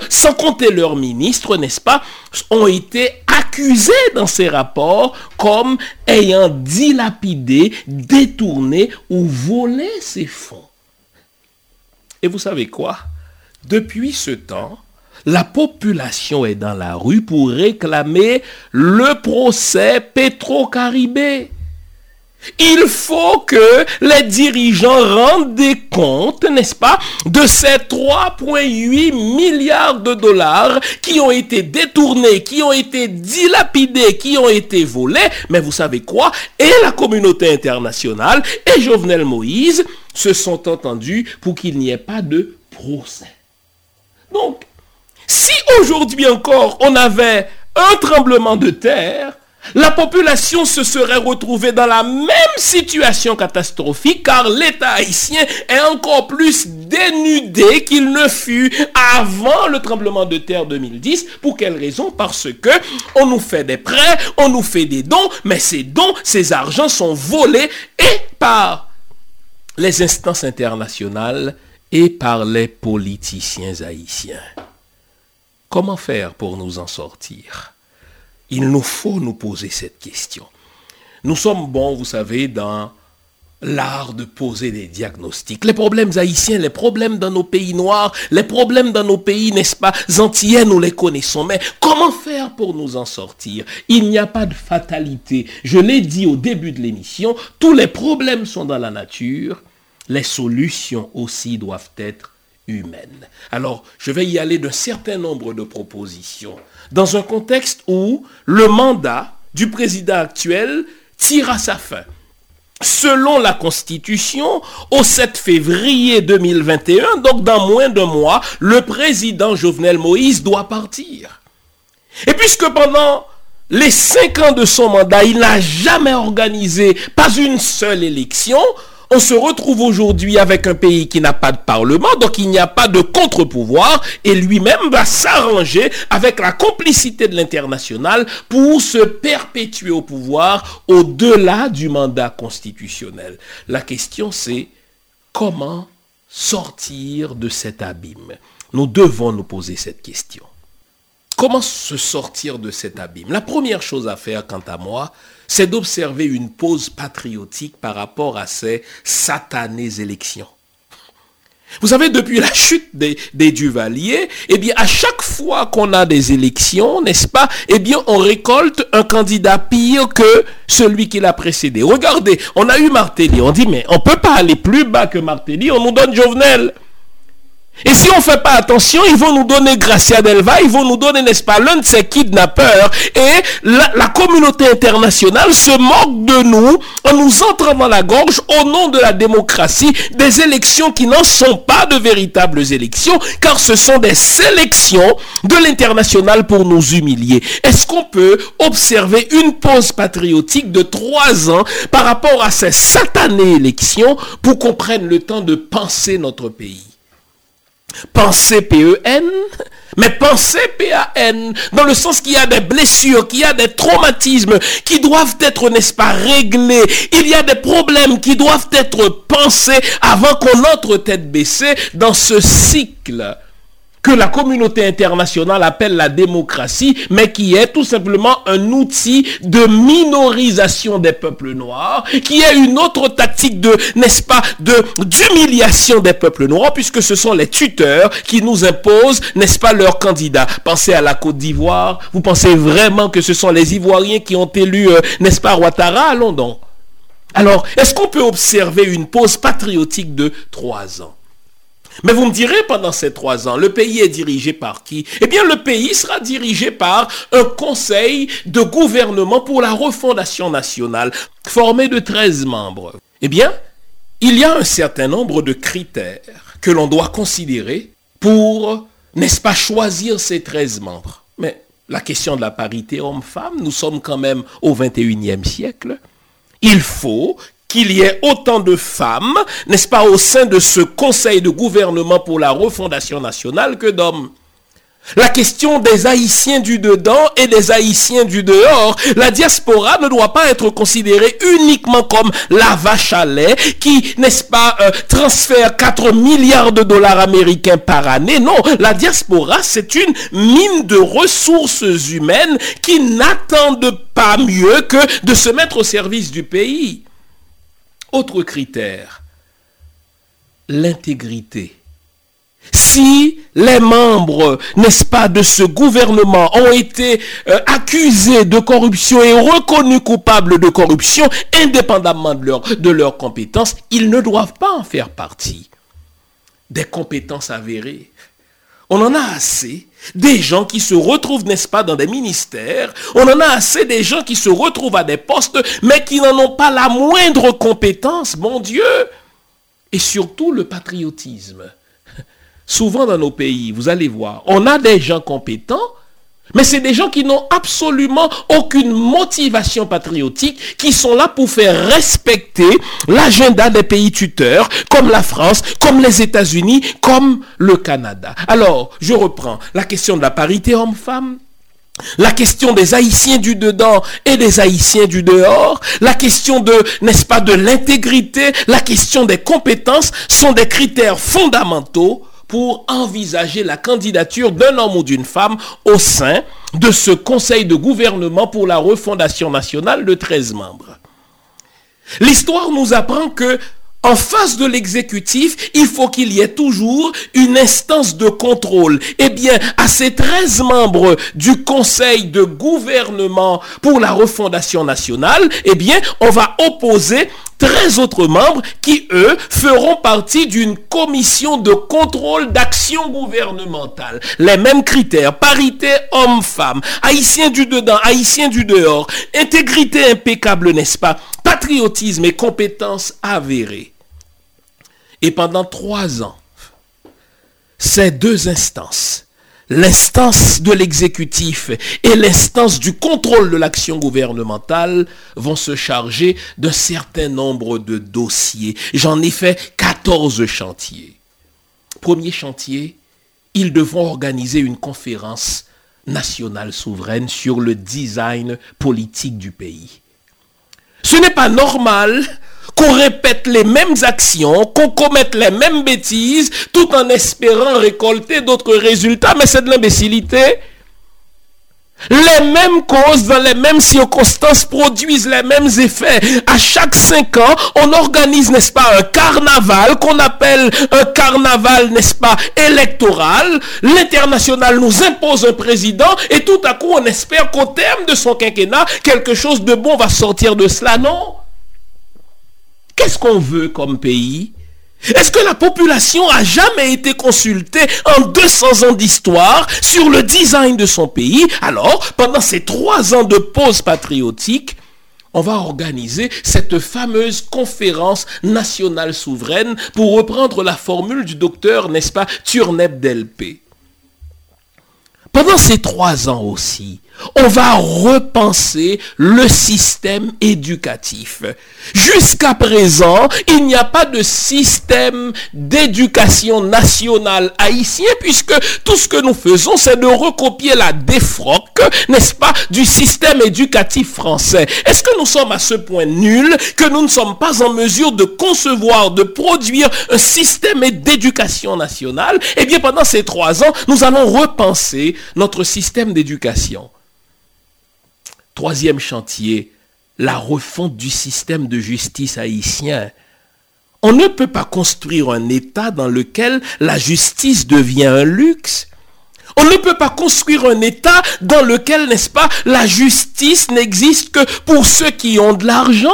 leurs ministres, n'est-ce pas, ont été accusés dans ces rapports comme ayant dilapidé, détourné ou volé ces fonds. Et vous savez quoi? Depuis ce temps, la population est dans la rue pour réclamer le procès Petro-Caribé. Il faut que les dirigeants rendent des comptes, n'est-ce pas, de ces 3,8 milliards de dollars qui ont été détournés, qui ont été dilapidés, qui ont été volés. Mais vous savez quoi? Et la communauté internationale et Jovenel Moïse se sont entendus pour qu'il n'y ait pas de procès. Donc, si aujourd'hui encore on avait un tremblement de terre, la population se serait retrouvée dans la même situation catastrophique, car l'État haïtien est encore plus dénudé qu'il ne fut avant le tremblement de terre 2010. Pour quelle raison? Parce que on nous fait des prêts, on nous fait des dons, mais ces dons, ces argents sont volés et par les instances internationales et par les politiciens haïtiens. Comment faire pour nous en sortir? Il nous faut nous poser cette question. Nous sommes bons, vous savez, dans l'art de poser des diagnostics. Les problèmes haïtiens, les problèmes dans nos pays noirs, les problèmes dans nos pays, n'est-ce pas, antillais, nous les connaissons. Mais comment faire pour nous en sortir? Il n'y a pas de fatalité. Je l'ai dit au début de l'émission, tous les problèmes sont dans la nature. Les solutions aussi doivent être humaines. Alors, je vais y aller d'un certain nombre de propositions. Dans un contexte où le mandat du président actuel tire à sa fin. Selon la Constitution, au 7 février 2021, donc dans moins d'un mois, le président Jovenel Moïse doit partir. Et puisque pendant les 5 ans de son mandat, il n'a jamais organisé pas une seule élection, on se retrouve aujourd'hui avec un pays qui n'a pas de parlement, donc il n'y a pas de contre-pouvoir, et lui-même va s'arranger avec la complicité de l'international pour se perpétuer au pouvoir au-delà du mandat constitutionnel. La question c'est comment sortir de cet abîme? Nous devons nous poser cette question. Comment se sortir de cet abîme? La première chose à faire, quant à moi, c'est d'observer une pause patriotique par rapport à ces satanées élections. Vous savez, depuis la chute des Duvalier, eh bien, à chaque fois qu'on a des élections, n'est-ce pas, eh bien, on récolte un candidat pire que celui qui l'a précédé. Regardez, on a eu Martelly, on dit, mais on ne peut pas aller plus bas que Martelly, on nous donne Jovenel. Et si on ne fait pas attention, ils vont nous donner Gracia Delva, ils vont nous donner, n'est-ce pas, l'un de ces kidnappeurs. Et la communauté internationale se moque de nous en nous entrant dans la gorge au nom de la démocratie, des élections qui n'en sont pas de véritables élections, car ce sont des sélections de l'international pour nous humilier. Est-ce qu'on peut observer une pause patriotique de 3 ans par rapport à ces satanées élections pour qu'on prenne le temps de penser notre pays? Penser P-E-N, mais penser P-A-N, dans le sens qu'il y a des blessures, qu'il y a des traumatismes qui doivent être, n'est-ce pas, réglés. Il y a des problèmes qui doivent être pensés avant qu'on entre tête baissée dans ce cycle que la communauté internationale appelle la démocratie, mais qui est tout simplement un outil de minorisation des peuples noirs, qui est une autre tactique de, n'est-ce pas, d'humiliation des peuples noirs, puisque ce sont les tuteurs qui nous imposent, n'est-ce pas, leurs candidats. Pensez à la Côte d'Ivoire. Vous pensez vraiment que ce sont les Ivoiriens qui ont élu, n'est-ce pas, Ouattara? Allons donc. Alors, est-ce qu'on peut observer une pause patriotique de 3 ans? Mais vous me direz, pendant ces 3 ans, le pays est dirigé par qui? Eh bien, le pays sera dirigé par un conseil de gouvernement pour la refondation nationale, formé de 13 membres. Eh bien, il y a un certain nombre de critères que l'on doit considérer pour, n'est-ce pas, choisir ces 13 membres. Mais la question de la parité homme-femme, nous sommes quand même au 21e siècle. Il faut qu'il y ait autant de femmes, n'est-ce pas, au sein de ce conseil de gouvernement pour la refondation nationale que d'hommes. La question des Haïtiens du dedans et des Haïtiens du dehors, la diaspora ne doit pas être considérée uniquement comme la vache à lait qui, n'est-ce pas, transfère 4 milliards de dollars américains par année. Non, la diaspora, c'est une mine de ressources humaines qui n'attendent pas mieux que de se mettre au service du pays. Autre critère, l'intégrité. Si les membres, n'est-ce pas, de ce gouvernement ont été accusés de corruption et reconnus coupables de corruption, indépendamment de leurs compétences, ils ne doivent pas en faire partie. Des compétences avérées. On en a assez des gens qui se retrouvent, n'est-ce pas, dans des ministères. On en a assez des gens qui se retrouvent à des postes, mais qui n'en ont pas la moindre compétence, mon Dieu. Et surtout le patriotisme. Souvent dans nos pays, vous allez voir, on a des gens compétents, mais c'est des gens qui n'ont absolument aucune motivation patriotique, qui sont là pour faire respecter l'agenda des pays tuteurs, comme la France, comme les États-Unis, comme le Canada. Alors, je reprends la question de la parité homme-femme, la question des Haïtiens du dedans et des Haïtiens du dehors, la question de, n'est-ce pas, de l'intégrité, la question des compétences sont des critères fondamentaux pour envisager la candidature d'un homme ou d'une femme au sein de ce conseil de gouvernement pour la refondation nationale de 13 membres. L'histoire nous apprend que en face de l'exécutif, il faut qu'il y ait toujours une instance de contrôle. Eh bien, à ces 13 membres du Conseil de gouvernement pour la refondation nationale, eh bien, on va opposer 13 autres membres qui, eux, feront partie d'une commission de contrôle d'action gouvernementale. Les mêmes critères, parité homme-femme, haïtien du dedans, haïtien du dehors, intégrité impeccable, n'est-ce pas, patriotisme et compétences avérées. Et pendant 3 ans, ces deux instances, l'instance de l'exécutif et l'instance du contrôle de l'action gouvernementale, vont se charger d'un certain nombre de dossiers. J'en ai fait 14 chantiers. Premier chantier, ils devront organiser une conférence nationale souveraine sur le design politique du pays. Ce n'est pas normal qu'on répète les mêmes actions, qu'on commette les mêmes bêtises, tout en espérant récolter d'autres résultats, mais c'est de l'imbécilité. Les mêmes causes dans les mêmes circonstances produisent les mêmes effets. À chaque 5 ans, on organise, n'est-ce pas, un carnaval qu'on appelle un carnaval, n'est-ce pas, électoral. L'international nous impose un président et tout à coup, on espère qu'au terme de son quinquennat, quelque chose de bon va sortir de cela. Non. Qu'est-ce qu'on veut comme pays? Est-ce que la population a jamais été consultée en 200 ans d'histoire sur le design de son pays? Alors, pendant ces 3 ans de pause patriotique, on va organiser cette fameuse conférence nationale souveraine pour reprendre la formule du docteur, n'est-ce pas, Turneb Delpé. Pendant ces 3 ans aussi, on va repenser le système éducatif. Jusqu'à présent, il n'y a pas de système d'éducation nationale haïtien puisque tout ce que nous faisons, c'est de recopier la défroque, n'est-ce pas, du système éducatif français. Est-ce que nous sommes à ce point nuls que nous ne sommes pas en mesure de concevoir, de produire un système d'éducation nationale? Eh bien, pendant ces 3 ans, nous allons repenser notre système d'éducation. 3e chantier, la refonte du système de justice haïtien. On ne peut pas construire un État dans lequel la justice devient un luxe. On ne peut pas construire un État dans lequel, n'est-ce pas, la justice n'existe que pour ceux qui ont de l'argent.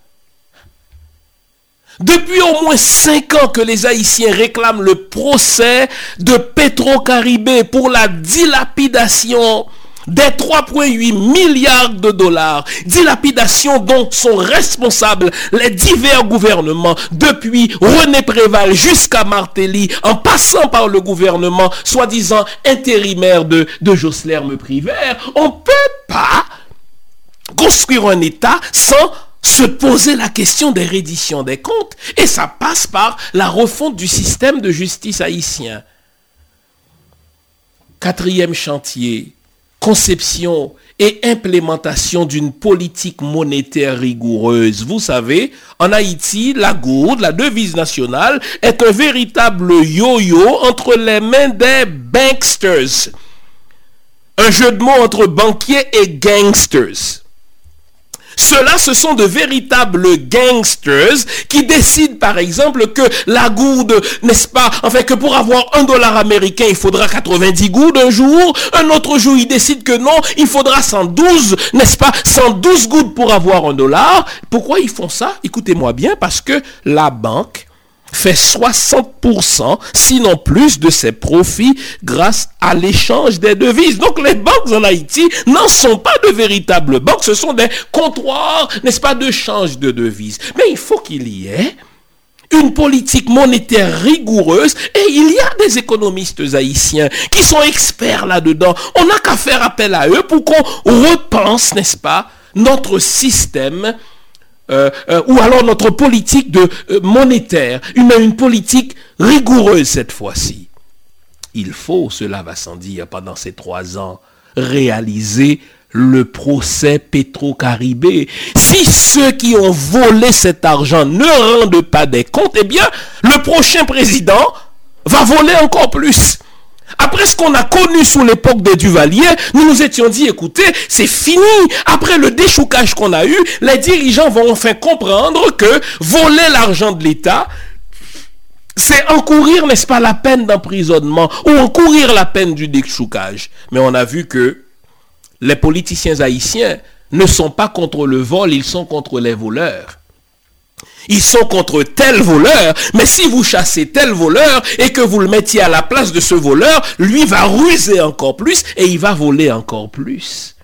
Depuis au moins 5 ans que les Haïtiens réclament le procès de Petro-Caribé pour la dilapidation des 3,8 milliards de dollars, dilapidation dont sont responsables les divers gouvernements, depuis René Préval jusqu'à Martelly, en passant par le gouvernement soi-disant intérimaire de Josler Meuprivert. On ne peut pas construire un État sans se poser la question des redditions des comptes. Et ça passe par la refonte du système de justice haïtien. 4e chantier, conception et implémentation d'une politique monétaire rigoureuse. Vous savez, en Haïti, la gourde, la devise nationale, est un véritable yo-yo entre les mains des banksters. Un jeu de mots entre banquiers et gangsters. Ceux-là, ce sont de véritables gangsters qui décident, par exemple, que la gourde, n'est-ce pas, enfin que pour avoir $1 américain, il faudra 90 gourdes un jour. Un autre jour, ils décident que non, il faudra 112, n'est-ce pas, 112 gourdes pour avoir $1. Pourquoi ils font ça? Écoutez-moi bien, parce que la banque fait 60%, sinon plus, de ses profits grâce à l'échange des devises. Donc les banques en Haïti n'en sont pas de véritables banques, ce sont des comptoirs, n'est-ce pas, de change de devises. Mais il faut qu'il y ait une politique monétaire rigoureuse et il y a des économistes haïtiens qui sont experts là-dedans. On n'a qu'à faire appel à eux pour qu'on repense, n'est-ce pas, notre système ou alors notre politique monétaire, une politique rigoureuse cette fois-ci. Il faut, cela va sans dire, pendant ces 3 ans, réaliser le procès Petro-Caribé. Si ceux qui ont volé cet argent ne rendent pas des comptes, eh bien, le prochain président va voler encore plus. Après ce qu'on a connu sous l'époque des Duvalier, nous nous étions dit, écoutez, c'est fini. Après le déchoucage qu'on a eu, les dirigeants vont enfin comprendre que voler l'argent de l'État, c'est encourir, n'est-ce pas, la peine d'emprisonnement ou encourir la peine du déchoucage. Mais on a vu que les politiciens haïtiens ne sont pas contre le vol, ils sont contre les voleurs. Ils sont contre tel voleur, mais si vous chassez tel voleur et que vous le mettiez à la place de ce voleur, lui va ruser encore plus et il va voler encore plus.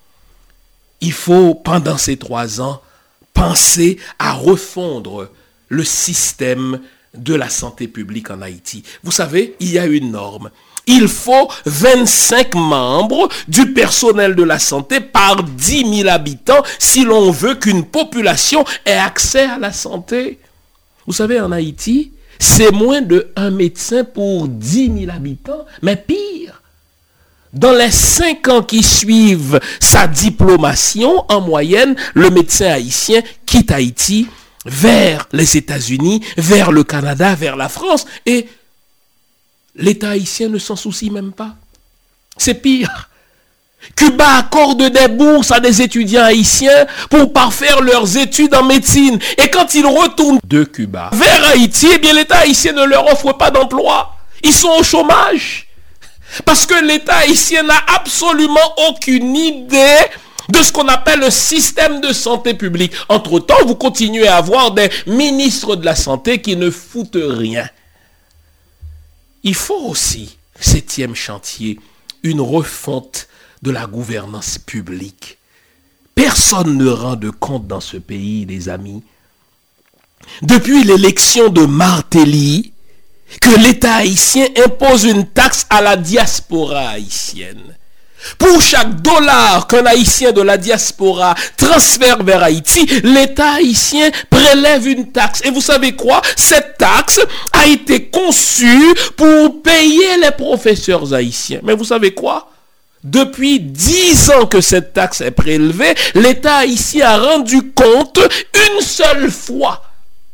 Il faut, pendant ces 3 ans, penser à refondre le système de la santé publique en Haïti. Vous savez, il y a une norme. Il faut 25 membres du personnel de la santé par 10 000 habitants si l'on veut qu'une population ait accès à la santé. Vous savez, en Haïti, c'est moins de 1 médecin pour 10 000 habitants, mais pire. Dans les 5 ans qui suivent sa diplomation, en moyenne, le médecin haïtien quitte Haïti vers les États-Unis, vers le Canada, vers la France, et l'État haïtien ne s'en soucie même pas. C'est pire. Cuba accorde des bourses à des étudiants haïtiens pour parfaire leurs études en médecine. Et quand ils retournent de Cuba vers Haïti, eh bien l'État haïtien ne leur offre pas d'emploi. Ils sont au chômage. Parce que l'État haïtien n'a absolument aucune idée de ce qu'on appelle le système de santé publique. Entre-temps, vous continuez à avoir des ministres de la santé qui ne foutent rien. Il faut aussi, 7e chantier, une refonte de la gouvernance publique. Personne ne rend de compte dans ce pays, les amis. Depuis l'élection de Martelly, que l'État haïtien impose une taxe à la diaspora haïtienne. Pour chaque dollar qu'un Haïtien de la diaspora transfère vers Haïti, l'État haïtien prélève une taxe. Et vous savez quoi? Cette taxe a été conçue pour payer les professeurs haïtiens. Mais vous savez quoi? Depuis 10 ans que cette taxe est prélevée, l'État haïtien a rendu compte une seule fois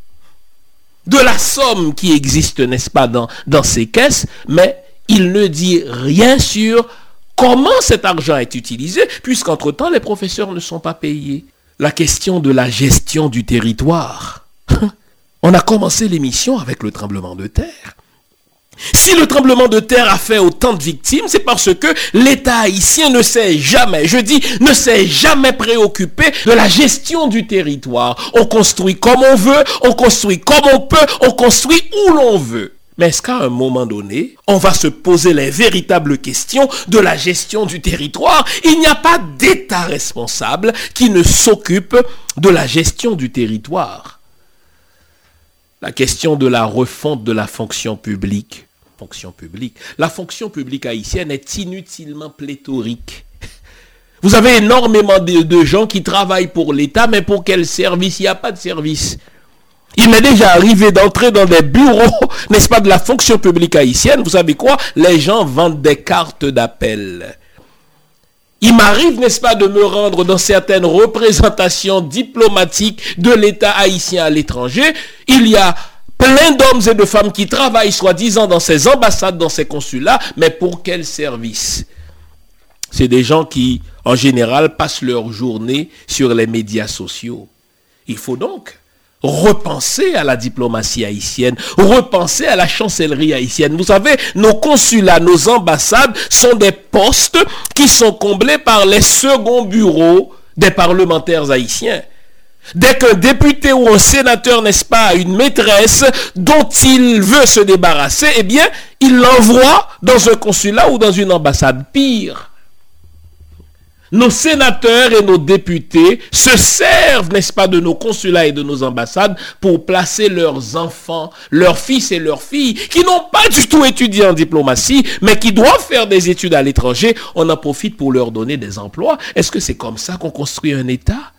de la somme qui existe, n'est-ce pas, dans ces caisses, mais il ne dit rien sur comment cet argent est utilisé, puisqu'entre-temps, les professeurs ne sont pas payés. La question de la gestion du territoire. On a commencé l'émission avec le tremblement de terre. Si le tremblement de terre a fait autant de victimes, c'est parce que l'État haïtien ne s'est jamais préoccupé de la gestion du territoire. On construit comme on veut, on construit comme on peut, on construit où l'on veut. Mais est-ce qu'à un moment donné, on va se poser les véritables questions de la gestion du territoire? Il n'y a pas d'État responsable qui ne s'occupe de la gestion du territoire. La question de la refonte de la fonction publique. La fonction publique haïtienne est inutilement pléthorique. Vous avez énormément de gens qui travaillent pour l'État, mais pour quel service? Il n'y a pas de service. Il m'est déjà arrivé d'entrer dans des bureaux, n'est-ce pas, de la fonction publique haïtienne. Vous savez quoi? Les gens vendent des cartes d'appel. Il m'arrive, n'est-ce pas, de me rendre dans certaines représentations diplomatiques de l'État haïtien à l'étranger. Il y a plein d'hommes et de femmes qui travaillent soi-disant dans ces ambassades, dans ces consulats, mais pour quel service? C'est des gens qui, en général, passent leur journée sur les médias sociaux. Il faut donc repenser à la diplomatie haïtienne, repenser à la chancellerie haïtienne. Vous savez, nos consulats, nos ambassades sont des postes qui sont comblés par les seconds bureaux des parlementaires haïtiens. Dès qu'un député ou un sénateur, n'est-ce pas, a une maîtresse dont il veut se débarrasser, eh bien, il l'envoie dans un consulat ou dans une ambassade. Pire, nos sénateurs et nos députés se servent, n'est-ce pas, de nos consulats et de nos ambassades pour placer leurs enfants, leurs fils et leurs filles, qui n'ont pas du tout étudié en diplomatie, mais qui doivent faire des études à l'étranger. On en profite pour leur donner des emplois. Est-ce que c'est comme ça qu'on construit un État?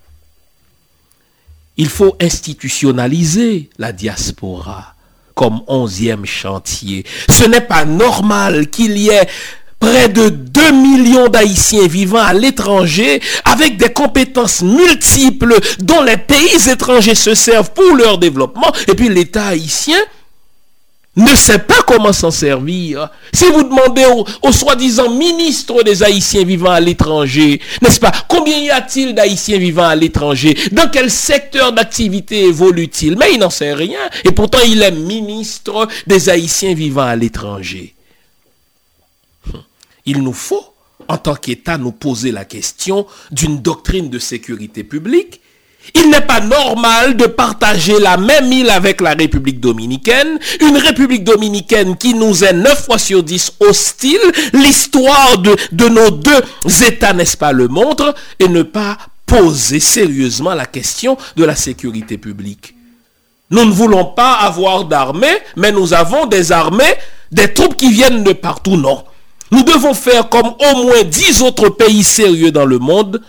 Il faut institutionnaliser la diaspora comme 11e chantier. Ce n'est pas normal qu'il y ait près de 2 millions d'Haïtiens vivant à l'étranger avec des compétences multiples dont les pays étrangers se servent pour leur développement. Et puis l'État haïtien ne sait pas comment s'en servir. Si vous demandez aux soi-disant ministres des Haïtiens vivant à l'étranger, n'est-ce pas, combien y a-t-il d'Haïtiens vivant à l'étranger? Dans quel secteur d'activité évolue-t-il? Mais il n'en sait rien. Et pourtant, il est ministre des Haïtiens vivant à l'étranger. Il nous faut, en tant qu'État, nous poser la question d'une doctrine de sécurité publique. Il n'est pas normal de partager la même île avec la République dominicaine, une République dominicaine qui nous est 9 fois sur 10 hostile. L'histoire de nos deux États, n'est-ce pas, le montre, et ne pas poser sérieusement la question de la sécurité publique. Nous ne voulons pas avoir d'armée, mais nous avons des armées, des troupes qui viennent de partout, non. Nous devons faire comme au moins 10 autres pays sérieux dans le monde,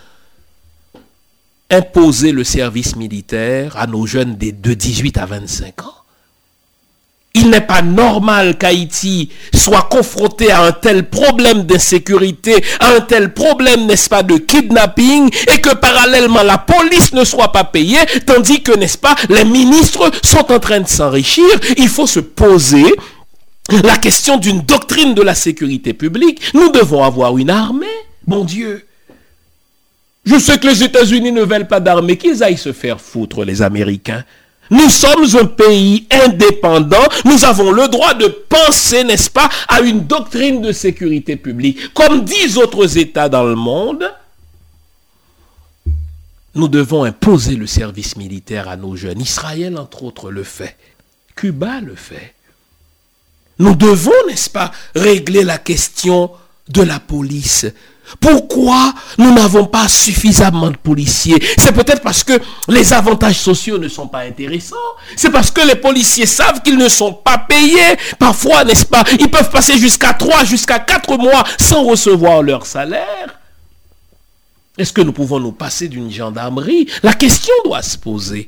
imposer le service militaire à nos jeunes de 18 à 25 ans. Il n'est pas normal qu'Haïti soit confronté à un tel problème d'insécurité, à un tel problème, n'est-ce pas, de kidnapping, et que parallèlement la police ne soit pas payée, tandis que, n'est-ce pas, les ministres sont en train de s'enrichir. Il faut se poser la question d'une doctrine de la sécurité publique. Nous devons avoir une armée, bon Dieu. Je sais que les États-Unis ne veulent pas d'armée, qu'ils aillent se faire foutre, les Américains. Nous sommes un pays indépendant, nous avons le droit de penser, n'est-ce pas, à une doctrine de sécurité publique. Comme 10 autres États dans le monde, nous devons imposer le service militaire à nos jeunes. Israël, entre autres, le fait. Cuba le fait. Nous devons, n'est-ce pas, régler la question de la police. Pourquoi nous n'avons pas suffisamment de policiers? C'est peut-être parce que les avantages sociaux ne sont pas intéressants. C'est parce que les policiers savent qu'ils ne sont pas payés. Parfois, n'est-ce pas, ils peuvent passer jusqu'à 3, jusqu'à 4 mois sans recevoir leur salaire. Est-ce que nous pouvons nous passer d'une gendarmerie? La question doit se poser.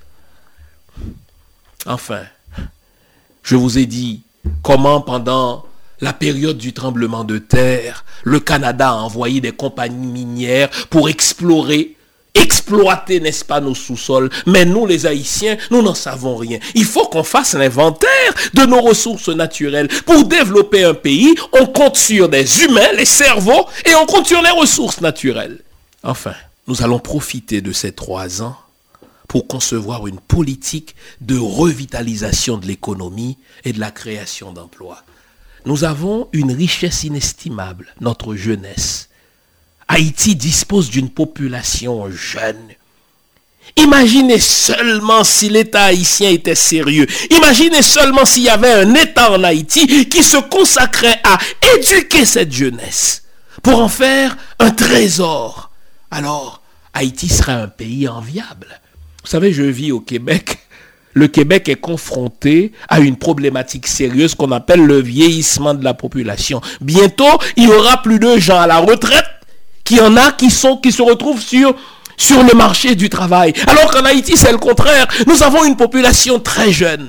Enfin, je vous ai dit comment pendant la période du tremblement de terre, le Canada a envoyé des compagnies minières pour exploiter, n'est-ce pas, nos sous-sols. Mais nous, les Haïtiens, nous n'en savons rien. Il faut qu'on fasse l'inventaire de nos ressources naturelles. Pour développer un pays, on compte sur des humains, les cerveaux, et on compte sur les ressources naturelles. Enfin, nous allons profiter de ces 3 ans pour concevoir une politique de revitalisation de l'économie et de la création d'emplois. Nous avons une richesse inestimable, notre jeunesse. Haïti dispose d'une population jeune. Imaginez seulement si l'État haïtien était sérieux. Imaginez seulement s'il y avait un État en Haïti qui se consacrait à éduquer cette jeunesse pour en faire un trésor. Alors, Haïti serait un pays enviable. Vous savez, je vis au Québec. Le Québec est confronté à une problématique sérieuse qu'on appelle le vieillissement de la population. Bientôt, il y aura plus de gens à la retraite qu'il y en a qui se retrouvent sur le marché du travail. Alors qu'en Haïti, c'est le contraire. Nous avons une population très jeune.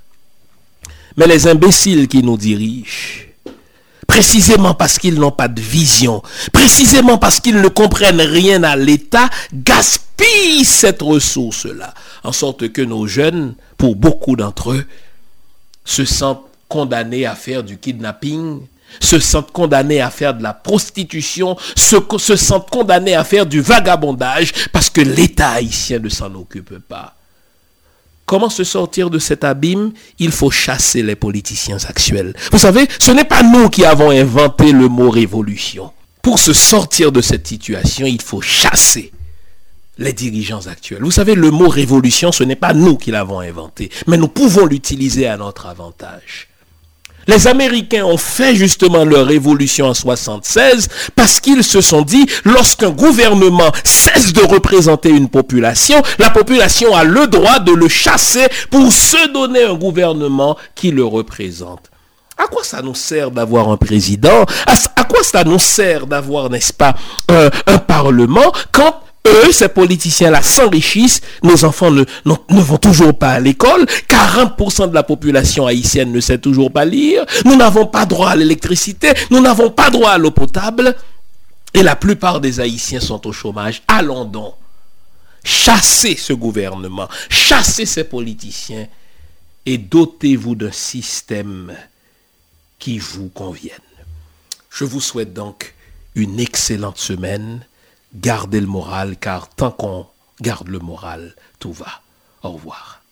Mais les imbéciles qui nous dirigent, précisément parce qu'ils n'ont pas de vision, précisément parce qu'ils ne comprennent rien à l'État, gaspillent cette ressource-là. En sorte que nos jeunes, pour beaucoup d'entre eux, se sentent condamnés à faire du kidnapping, se sentent condamnés à faire de la prostitution, se sentent condamnés à faire du vagabondage, parce que l'État haïtien ne s'en occupe pas. Comment se sortir de cet abîme? Il faut chasser les politiciens actuels. Vous savez, ce n'est pas nous qui avons inventé le mot révolution. Pour se sortir de cette situation, il faut chasser les dirigeants actuels. Vous savez, le mot révolution, ce n'est pas nous qui l'avons inventé, mais nous pouvons l'utiliser à notre avantage. Les Américains ont fait justement leur révolution en 1976 parce qu'ils se sont dit, lorsqu'un gouvernement cesse de représenter une population, la population a le droit de le chasser pour se donner un gouvernement qui le représente. À quoi ça nous sert d'avoir un président? À quoi ça nous sert d'avoir, n'est-ce pas, un parlement quand eux, ces politiciens-là, s'enrichissent, nos enfants ne vont toujours pas à l'école, 40% de la population haïtienne ne sait toujours pas lire, nous n'avons pas droit à l'électricité, nous n'avons pas droit à l'eau potable, et la plupart des Haïtiens sont au chômage. Allons donc chasser ce gouvernement, chasser ces politiciens, et dotez-vous d'un système qui vous convienne. Je vous souhaite donc une excellente semaine. Gardez le moral, car tant qu'on garde le moral, tout va. Au revoir.